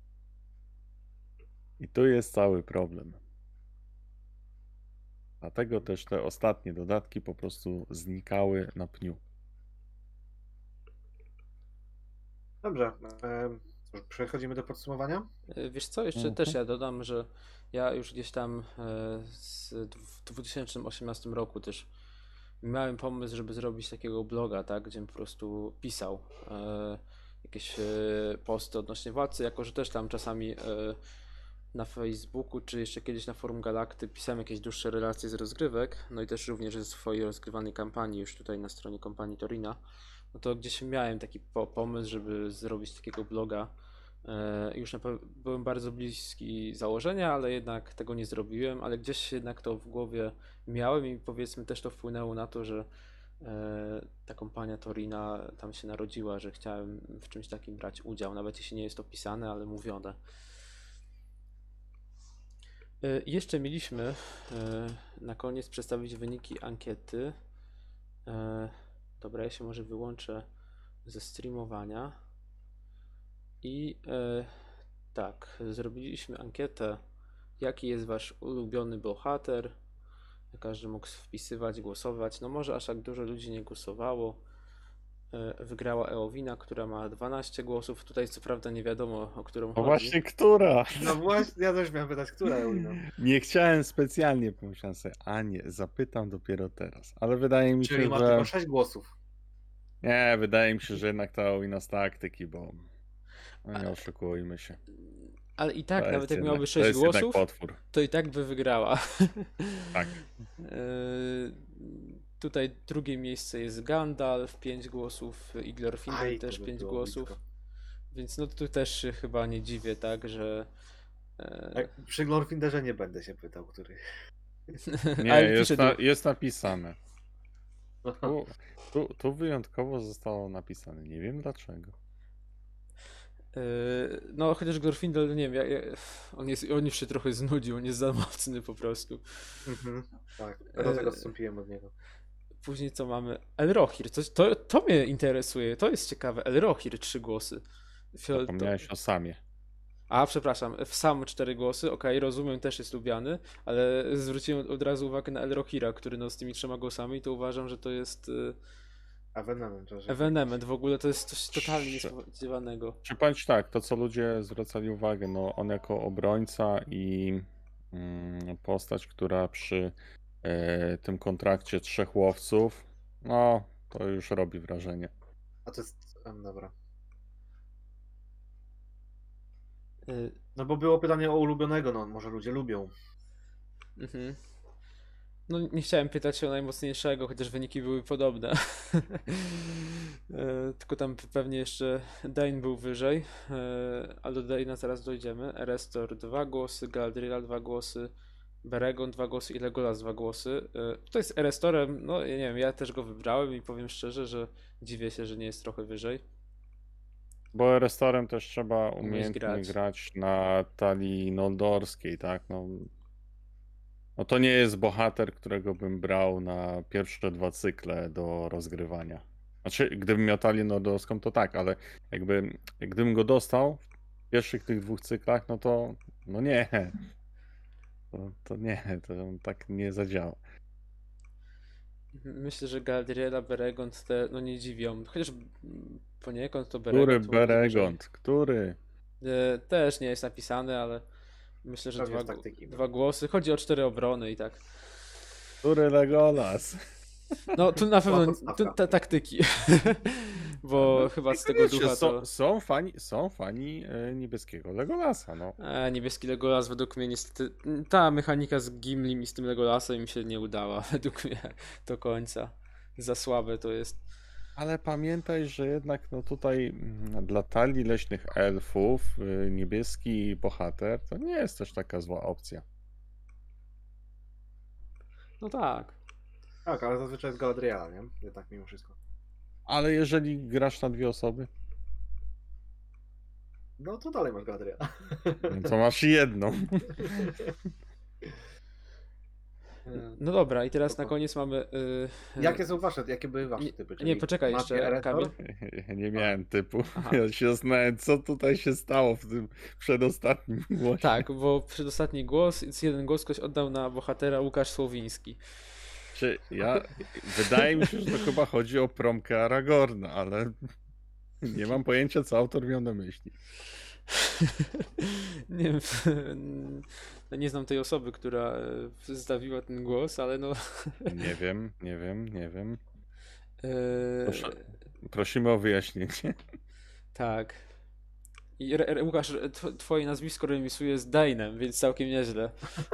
I tu jest cały problem. Dlatego też te ostatnie dodatki po prostu znikały na pniu.
Dobrze. Cóż, przechodzimy do podsumowania.
Wiesz co, jeszcze też ja dodam, że ja już gdzieś tam w 2018 roku też miałem pomysł, żeby zrobić takiego bloga, tak, gdzie po prostu pisał jakieś posty odnośnie władcy, jako że też tam czasami na Facebooku, czy jeszcze kiedyś na forum Galakty pisałem jakieś dłuższe relacje z rozgrywek, no i też również ze swojej rozgrywanej kampanii, już tutaj na stronie kompanii Torina, no to gdzieś miałem taki pomysł, żeby zrobić takiego bloga. Już byłem bardzo bliski założenia, ale jednak tego nie zrobiłem, ale gdzieś jednak to w głowie miałem i powiedzmy też to wpłynęło na to, że ta kompania Torina tam się narodziła, że chciałem w czymś takim brać udział, nawet jeśli nie jest to pisane, ale mówione. Jeszcze mieliśmy na koniec przedstawić wyniki ankiety. Dobra, ja się może wyłączę ze streamowania i Tak, zrobiliśmy ankietę, jaki jest wasz ulubiony bohater. Każdy mógł wpisywać, głosować. No może aż tak dużo ludzi nie głosowało. Wygrała Eowina, która ma 12 głosów. Tutaj co prawda nie wiadomo, o którą
No
chodzi.
właśnie, która?
No właśnie, ja też miałem pytać, która Eowina?
Nie chciałem specjalnie, pomyślałem sobie, a nie, zapytam dopiero teraz. Ale wydaje mi
Czyli
się,
masz
że...
tylko 6 głosów.
Nie, wydaje mi się, że jednak ta wina z taktyki, bo no nie oszukujmy się.
Ale i tak,
To
nawet
jest
jak
jednak,
miałoby
to
6
jest jednak
głosów,
potwór.
to i tak by wygrała.
Tak.
Tutaj drugie miejsce jest Gandalf, 5 głosów, i Glorfindel
Aj,
też
to by
5
było
głosów.
blisko.
Więc no tu też się chyba nie dziwię, tak, że...
Przy Glorfinderze nie będę się pytał, który.
Nie,
Ale
jest,
pisze tu.
jest napisane. Tu wyjątkowo zostało napisane. Nie wiem dlaczego.
No chociaż Glorfindel, nie wiem, on już się trochę znudził, on jest za mocny po prostu.
Tak, do tego odstąpiłem od niego.
Później co mamy? Elrohir, to mnie interesuje, to jest ciekawe. Elrohir, 3 głosy.
Zapomniałeś o Samie.
A, przepraszam, w Sam 4 głosy, okej, rozumiem, też jest lubiany, ale zwróciłem od razu uwagę na Elrohira, który no z tymi 3 głosami, to uważam, że to jest ewenement, w ogóle to jest coś totalnie niespodziewanego.
Czy powiem ci tak, to co ludzie zwracali uwagę, no on jako obrońca i postać, która przy tym kontrakcie 3 łowców, no to już robi wrażenie.
A to jest. Dobra.
Y,
No bo było pytanie o ulubionego, no może ludzie lubią.
Mhm. No nie chciałem pytać o najmocniejszego, chociaż wyniki były podobne. Tylko tam pewnie jeszcze Dane był wyżej, ale do Dane'a zaraz dojdziemy. Erestor 2 głosy, Galadriel 2 głosy, Beregon 2 głosy i Legolas 2 głosy. Tutaj z Erestorem, no ja nie wiem, ja też go wybrałem i powiem szczerze, że dziwię się, że nie jest trochę wyżej.
Bo restaurem też trzeba
Umieć
umiejętnie
grać.
grać na talii noldorskiej, tak? No to nie jest bohater, którego bym brał na pierwsze 2 cykle do rozgrywania. Znaczy, gdybym miał talię nordorską, to tak, ale gdybym go dostał w pierwszych tych 2 cyklach, no to no nie. To nie, to tak nie zadziała.
Myślę, że Galadriela, Beregon no nie dziwią. Chociaż poniekąd to
Który
Beregon. to może wyżej.
Beregond? Który?
Też nie jest napisany, ale myślę, że
Pewnie z taktyki.
2 głosy. Chodzi o 4 obrony i tak.
Który Legolas?
No tu na pewno
podstawka.
te taktyki. Bo chyba z tego
Wiecie,
ducha to...
są fani niebieskiego Legolasa, no.
Niebieski Legolas według mnie niestety... Ta mechanika z Gimlim i z tym Legolasem mi się nie udała według mnie do końca. Za słabe to jest.
Ale pamiętaj, że jednak no tutaj dla talii leśnych elfów niebieski bohater to nie jest też taka zła opcja.
No tak.
Tak, ale zazwyczaj jest Galadriela, nie? Jednak mimo wszystko.
Ale jeżeli grasz na 2 osoby,
No to dalej masz Galadriela.
no to masz jedną.
No dobra, i teraz
Spoko.
na koniec mamy...
Jakie były wasze typy?
Nie, poczekaj
Macie
jeszcze,
Erestor?
Kamil.
Ja nie miałem typu.
Aha.
Ja się zastanawiam, co tutaj się stało w tym przedostatnim głosie.
Tak, bo przedostatni głos, jeden głos ktoś oddał na bohatera Łukasz Słowiński.
Wydaje mi się, że to chyba chodzi o promkę Aragorna, ale nie mam pojęcia, co autor miał na myśli.
Nie wiem, no nie znam tej osoby, która zostawiła ten głos, ale no...
Nie wiem.
e,
Prosimy o wyjaśnienie.
Tak. I Łukasz, twoje nazwisko remisuje z Dane'em, więc całkiem nieźle.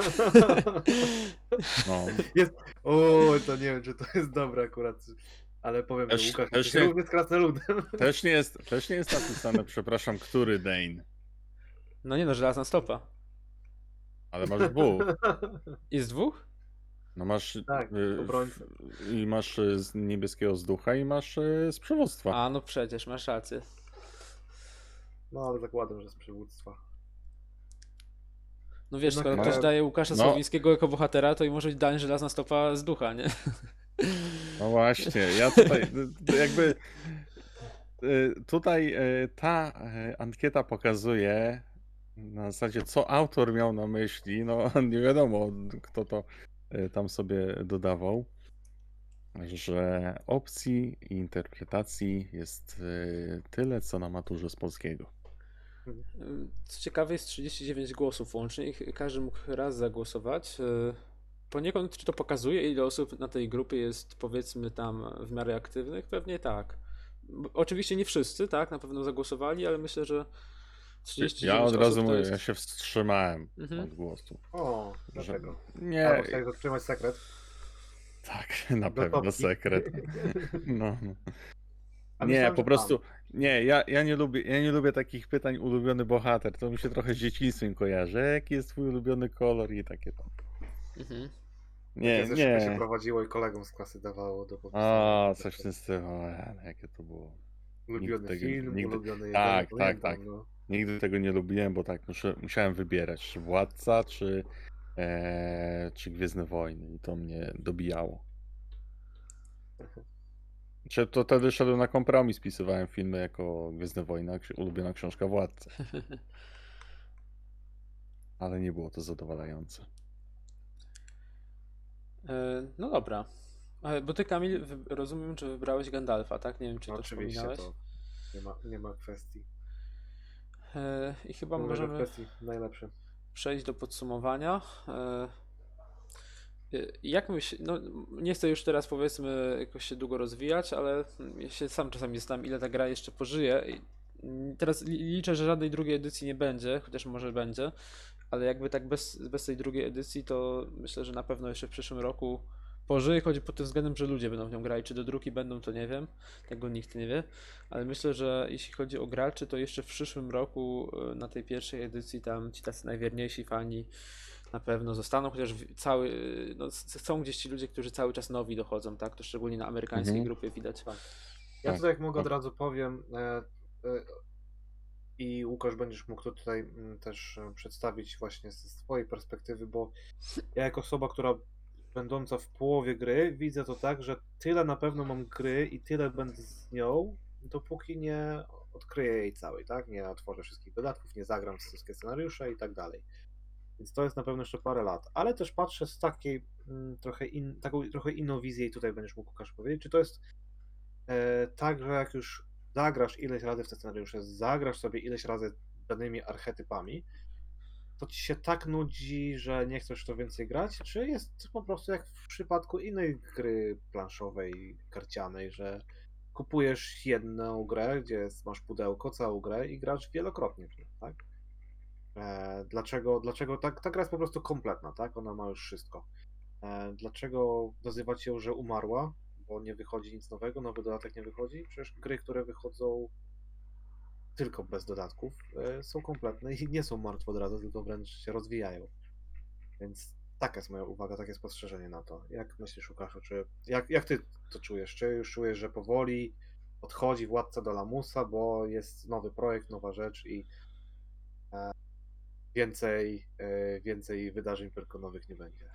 No.
O, to nie wiem, czy to jest dobre akurat. Ale powiem, że Łukasz jest równy z krasnoludem.
Też nie jest napisane, przepraszam, który Dane.
No nie no, żelazna stopa.
Ale masz 2.
Jest 2?
No masz
Tak, obrońcę.
i masz z niebieskiego z ducha i masz z przywództwa.
A no przecież, masz rację.
No, ale zakładam, że z przywództwa.
No wiesz,
Jednak
skoro ktoś daje Łukasza
no.
Słowińskiego jako bohatera, to i może być dane żelazna stopa z ducha, nie?
No właśnie, ja tutaj jakby tutaj ta ankieta pokazuje, Na zasadzie, co autor miał na myśli, no nie wiadomo, kto to tam sobie dodawał, że opcji i interpretacji jest tyle, co na maturze z polskiego.
Co ciekawe, jest 39 głosów łącznie i każdy mógł raz zagłosować. Poniekąd, czy to pokazuje, ile osób na tej grupie jest, powiedzmy, tam w miarę aktywnych? Pewnie tak. Oczywiście nie wszyscy, tak, na pewno zagłosowali, ale myślę, że
Ja
39
od razu
osób to
mówię,
jest...
ja się wstrzymałem
Mhm.
od głosu.
O,
Że...
dlatego.
Nie,
Albo chciałeś zatrzymać sekret.
tak, na
Do
pewno
topki.
sekret. No.
A
Nie,
myślałem,
po
że
prostu, nie, ja nie lubię takich pytań ulubiony bohater, to mi się trochę z dzieciństwem kojarzy. Jaki jest twój ulubiony kolor i takie tam.
Mhm.
Takie
Nie,
ze szkoły się
nie.
prowadziło i kolegom z klasy dawało do
A,
popisania.
coś w tym stylu, jakie to było.
Ulubiony film, ulubione jedzenie,
Tak,
pamiętam, no.
Nigdy tego nie lubiłem, bo tak musiałem wybierać, czy Władca, czy Gwiezdne Wojny i to mnie dobijało. Czy to wtedy szedłem na kompromis, pisywałem filmy jako Gwiezdne Wojny, ulubiona książka Władca. Ale nie było to zadowalające.
No dobra. Bo ty, Kamil, rozumiem, że wybrałeś Gandalfa, tak? Nie wiem, czy
No
to
oczywiście,
wspominałeś.
to nie ma kwestii.
I chyba
Mówię, że w
możemy
kwestii najlepsze.
przejść do podsumowania. Jak no nie chcę już teraz, powiedzmy, jakoś się długo rozwijać, ale ja się sam czasami zastanawiam, ile ta gra jeszcze pożyje. Teraz liczę, że żadnej drugiej edycji nie będzie, chociaż może będzie, ale jakby tak bez tej drugiej edycji, to myślę, że na pewno jeszcze w przyszłym roku pożyje, chodzi pod tym względem, że ludzie będą w nią grali. Czy do druki będą, to nie wiem, tego nikt nie wie, ale myślę, że jeśli chodzi o graczy, to jeszcze w przyszłym roku na tej pierwszej edycji tam ci tacy najwierniejsi fani na pewno zostaną, chociaż no, chcą gdzieś ci ludzie, którzy cały czas nowi dochodzą, tak? To szczególnie na amerykańskiej grupie widać.
Tak. Ja
Tak,
tutaj, jak mogę,
tak.
od razu powiem i Łukasz, będziesz mógł to tutaj też przedstawić właśnie ze swojej perspektywy, bo ja jako osoba, która będąca w połowie gry, widzę to tak, że tyle na pewno mam gry i tyle będę z nią, dopóki nie odkryję jej całej, tak? Nie otworzę wszystkich dodatków, nie zagram wszystkie scenariusze i tak dalej. Więc to jest na pewno jeszcze parę lat. Ale też patrzę z takiej taką trochę inną wizję i tutaj będziesz mógł, Łukasz, powiedzieć, czy to jest tak, że jak już zagrasz ileś razy w te scenariusze, zagrasz sobie ileś razy danymi archetypami, to ci się tak nudzi, że nie chcesz w to więcej grać? Czy jest po prostu jak w przypadku innej gry planszowej, karcianej, że kupujesz jedną grę, gdzie masz pudełko, całą grę i grasz wielokrotnie w nią, tak? Dlaczego ta gra jest po prostu kompletna, tak? Ona ma już wszystko. Dlaczego nazywać ją, że umarła? Bo nie wychodzi nic nowego, nowy dodatek nie wychodzi? Przecież gry, które wychodzą tylko bez dodatków, są kompletne i nie są martwe od razu, tylko wręcz się rozwijają. Więc taka jest moja uwaga, takie spostrzeżenie na to. Jak myślisz, Łukaszu, jak ty to czujesz? Czy już czujesz, że powoli odchodzi Władca do lamusa, bo jest nowy projekt, nowa rzecz i więcej wydarzeń perkonowych nie będzie?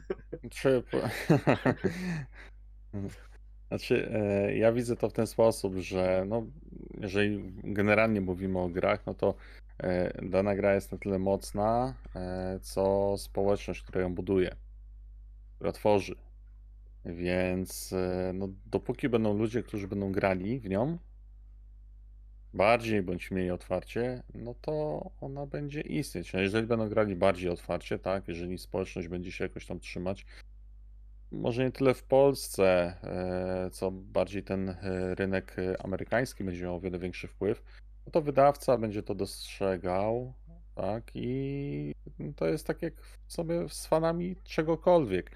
Znaczy, ja widzę to w ten sposób, że no, jeżeli generalnie mówimy o grach, no to dana gra jest na tyle mocna, co społeczność, która ją buduje, która tworzy. Więc no, dopóki będą ludzie, którzy będą grali w nią, bardziej bądź mniej otwarcie, no to ona będzie istnieć. A jeżeli będą grali bardziej otwarcie, tak, jeżeli społeczność będzie się jakoś tam trzymać, może nie tyle w Polsce, co bardziej ten rynek amerykański będzie miał o wiele większy wpływ, no to wydawca będzie to dostrzegał, tak, i to jest tak jak sobie z fanami czegokolwiek.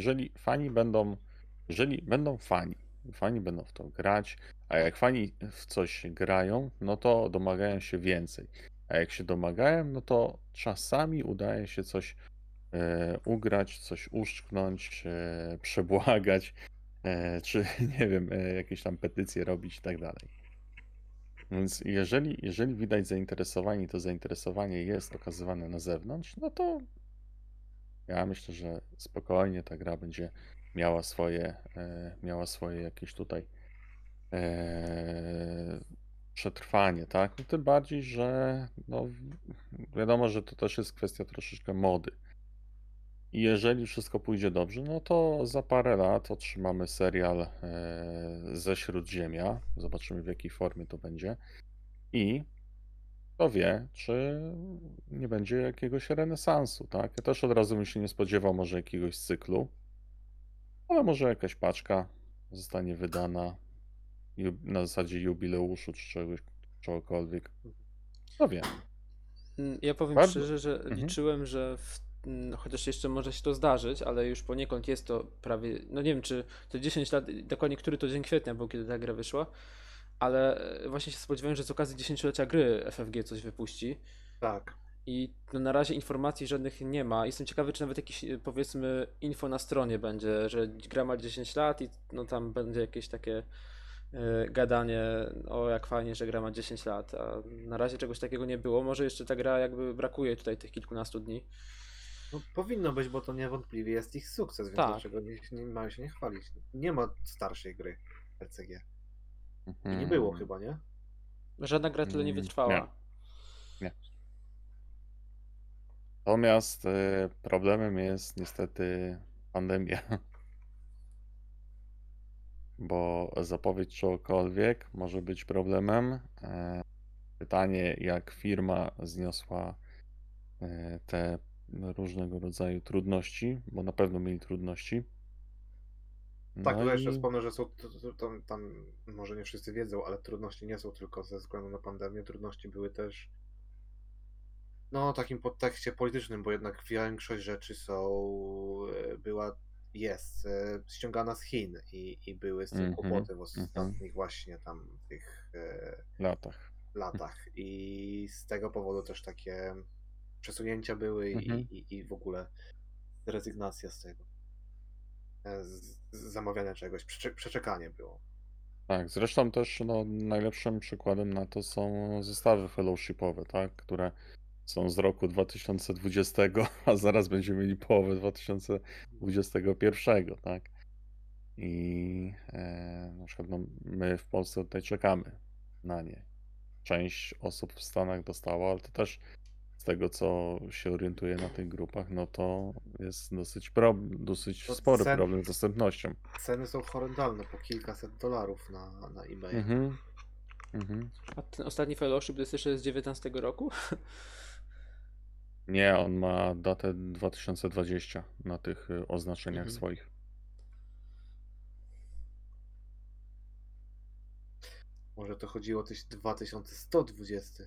Jeżeli będą fani będą w to grać, a jak fani w coś grają, no to domagają się więcej. A jak się domagają, no to czasami udaje się coś ugrać, coś uszczknąć, przebłagać, czy nie wiem, jakieś tam petycje robić i tak dalej. Więc jeżeli widać zainteresowanie i to zainteresowanie jest okazywane na zewnątrz, no to ja myślę, że spokojnie ta gra będzie miała swoje jakieś tutaj przetrwanie, tak? No tym bardziej, że no, wiadomo, że to też jest kwestia troszeczkę mody. I jeżeli wszystko pójdzie dobrze, no to za parę lat otrzymamy serial ze Śródziemia. Zobaczymy, w jakiej formie to będzie. I kto wie, czy nie będzie jakiegoś renesansu, tak? Ja też od razu bym się nie spodziewał może jakiegoś cyklu, ale może jakaś paczka zostanie wydana na zasadzie jubileuszu czy czegokolwiek. Kto wie.
Ja powiem
Bardzo.
szczerze, że
Mhm.
liczyłem, że chociaż jeszcze może się to zdarzyć, ale już poniekąd jest to prawie, no nie wiem czy to 10 lat, dokładnie który to dzień kwietnia był, kiedy ta gra wyszła, ale właśnie się spodziewałem, że z okazji 10-lecia gry FFG coś wypuści
Tak.
i no, na razie informacji żadnych nie ma. Jestem ciekawy, czy nawet jakieś powiedzmy info na stronie będzie, że gra ma 10 lat i no tam będzie jakieś takie gadanie o jak fajnie, że gra ma 10 lat, a na razie czegoś takiego nie było. Może jeszcze ta gra jakby brakuje tutaj tych kilkunastu dni.
No, powinno być, bo to niewątpliwie jest ich sukces, więc
Tak.
dlaczego nie mają się nie chwalić? Nie ma starszej gry LCG. I nie
Mhm.
było chyba, nie?
Żadna gra tyle nie wytrwała.
Nie. Natomiast problemem jest niestety pandemia. Bo zapowiedź czegokolwiek może być problemem. Pytanie, jak firma zniosła te różnego rodzaju trudności, bo na pewno mieli trudności.
Tak,
No
to jeszcze
i
wspomnę, że są tam, może nie wszyscy wiedzą, ale trudności nie są tylko ze względu na pandemię, trudności były też no takim podtekście politycznym, bo jednak większość rzeczy jest ściągana z Chin i były z tym kłopoty w ostatnich właśnie tam tych
latach.
i z tego powodu też takie przesunięcia były i w ogóle rezygnacja z tego. Z zamawiania czegoś, przeczekanie było.
Tak, zresztą też no, najlepszym przykładem na to są zestawy fellowshipowe, tak, które są z roku 2020, a zaraz będziemy mieli połowę 2021, tak. I na przykład no, my w Polsce tutaj czekamy na nie. Część osób w Stanach dostała, ale to też z tego, co się orientuje na tych grupach, no to jest dosyć
No,
spory problem z dostępnością.
Ceny są horrendalne, po kilkaset dolarów na eBay.
A ten ostatni fellowship to jest jeszcze z 19 roku?
Nie, on ma datę 2020 na tych oznaczeniach swoich.
Może to chodziło o 2120.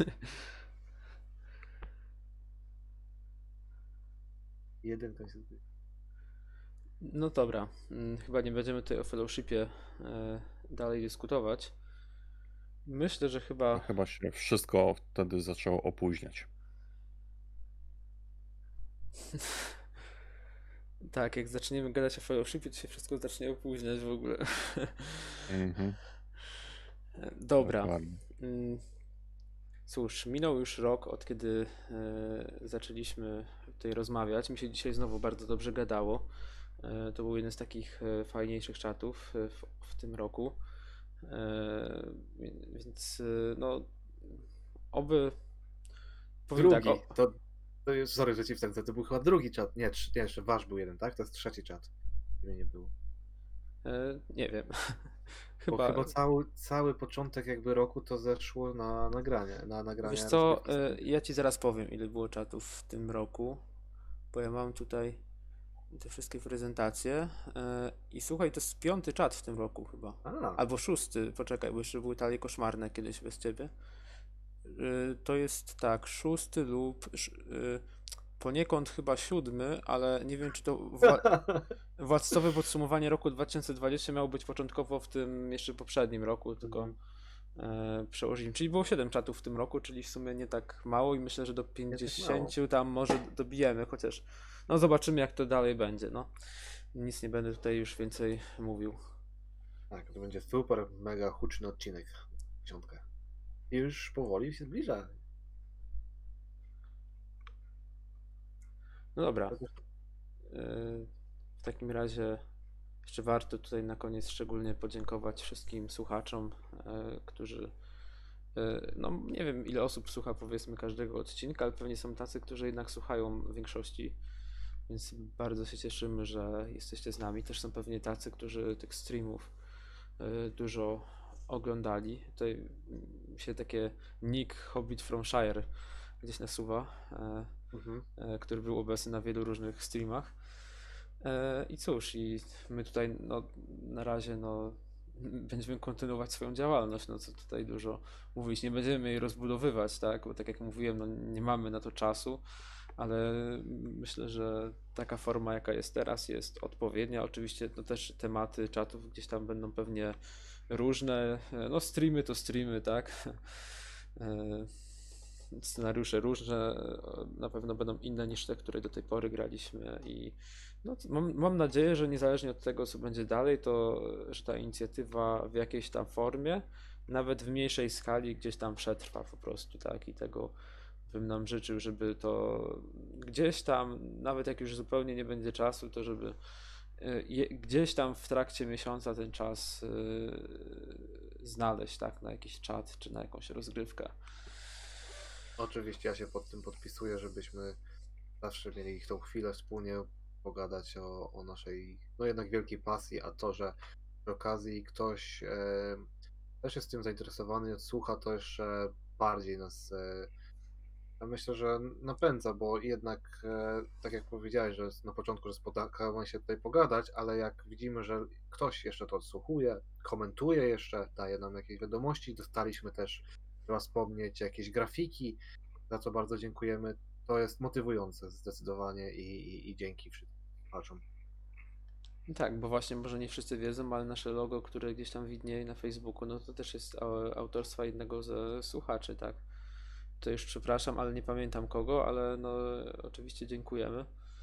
Jeden to jest.
No dobra, chyba nie będziemy tutaj o fellowshipie dalej dyskutować. Myślę, że chyba...
Chyba się wszystko wtedy zaczęło opóźniać.
Tak, jak zaczniemy gadać o fellowshipie, to się wszystko zacznie opóźniać w ogóle. Dobra.
Dokładnie.
Cóż, minął już rok, od kiedy zaczęliśmy tutaj rozmawiać. Mi się dzisiaj znowu bardzo dobrze gadało. To był jeden z takich fajniejszych czatów w tym roku. Więc no, oby... powiem
Drugi,
tak,
to jest, sorry, że ci wstępę, to był chyba drugi czat. Nie, jeszcze wasz był jeden, tak? To jest trzeci czat. Mnie nie było.
nie wiem.
Bo chyba cały początek jakby roku to zeszło na nagranie.
Wiesz co, ja ci zaraz powiem, ile było czatów w tym roku, bo ja mam tutaj te wszystkie prezentacje i słuchaj, to jest 5. czat w tym roku chyba. Albo 6, poczekaj, bo jeszcze były talie koszmarne kiedyś bez ciebie. To jest tak, 6 lub poniekąd chyba 7, ale nie wiem, czy to władcowe podsumowanie roku 2020 miało być początkowo w tym jeszcze poprzednim roku, tylko przełożyliśmy. Czyli było 7 czatów w tym roku, czyli w sumie nie tak mało i myślę, że do 50 tam może dobijemy, chociaż no zobaczymy, jak to dalej będzie. No. Nic nie będę tutaj już więcej mówił.
Tak, to będzie super, mega huczny odcinek. 10. I już powoli się zbliża.
No dobra. W takim razie jeszcze warto tutaj na koniec szczególnie podziękować wszystkim słuchaczom, którzy No nie wiem ile osób słucha powiedzmy każdego odcinka, ale pewnie są tacy, którzy jednak słuchają w większości, więc bardzo się cieszymy, że jesteście z nami. Też są pewnie tacy, którzy tych streamów dużo oglądali. Tutaj mi się takie nick Hobbit from Shire gdzieś nasuwa,
Mhm.
który był obecny na wielu różnych streamach. I cóż, i my tutaj no, na razie no, będziemy kontynuować swoją działalność, no co tutaj dużo mówić, nie będziemy jej rozbudowywać, tak, bo tak jak mówiłem, no, nie mamy na to czasu, ale myślę, że taka forma jaka jest teraz jest odpowiednia. Oczywiście no, też tematy czatów gdzieś tam będą pewnie różne, no streamy to streamy, tak, scenariusze różne, na pewno będą inne niż te, które do tej pory graliśmy i no, mam nadzieję, że niezależnie od tego, co będzie dalej, to że ta inicjatywa w jakiejś tam formie, nawet w mniejszej skali, gdzieś tam przetrwa po prostu, tak? I tego bym nam życzył, żeby to gdzieś tam, nawet jak już zupełnie nie będzie czasu, to żeby gdzieś tam w trakcie miesiąca ten czas znaleźć, tak? Na jakiś czat czy na jakąś rozgrywkę.
Oczywiście ja się pod tym podpisuję, żebyśmy zawsze mieli tą chwilę wspólnie pogadać o naszej, no jednak wielkiej pasji, a to, że przy okazji ktoś też jest tym zainteresowany, odsłucha, to jeszcze bardziej nas ja myślę, że napędza, bo jednak tak jak powiedziałeś, że na początku, że spotkamy się tutaj pogadać, ale jak widzimy, że ktoś jeszcze to odsłuchuje, komentuje jeszcze, daje nam jakieś wiadomości, dostaliśmy też, trzeba wspomnieć, jakieś grafiki, za co bardzo dziękujemy. To jest motywujące zdecydowanie i dzięki wszystkim słuchaczom.
Tak, bo właśnie może nie wszyscy wiedzą, ale nasze logo, które gdzieś tam widnieje na Facebooku, no to też jest autorstwa jednego ze słuchaczy, tak? To już przepraszam, ale nie pamiętam kogo, ale no oczywiście dziękujemy.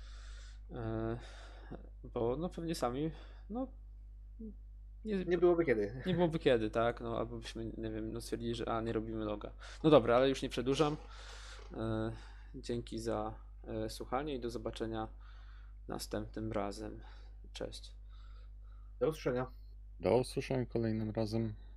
Bo no pewnie sami, no
Nie byłoby kiedy.
nie byłoby kiedy, tak? No albo byśmy, nie wiem, no stwierdzili, że nie robimy loga. No dobra, ale już nie przedłużam. Dzięki za słuchanie i do zobaczenia następnym razem. Cześć.
Do usłyszenia.
Do usłyszenia kolejnym razem.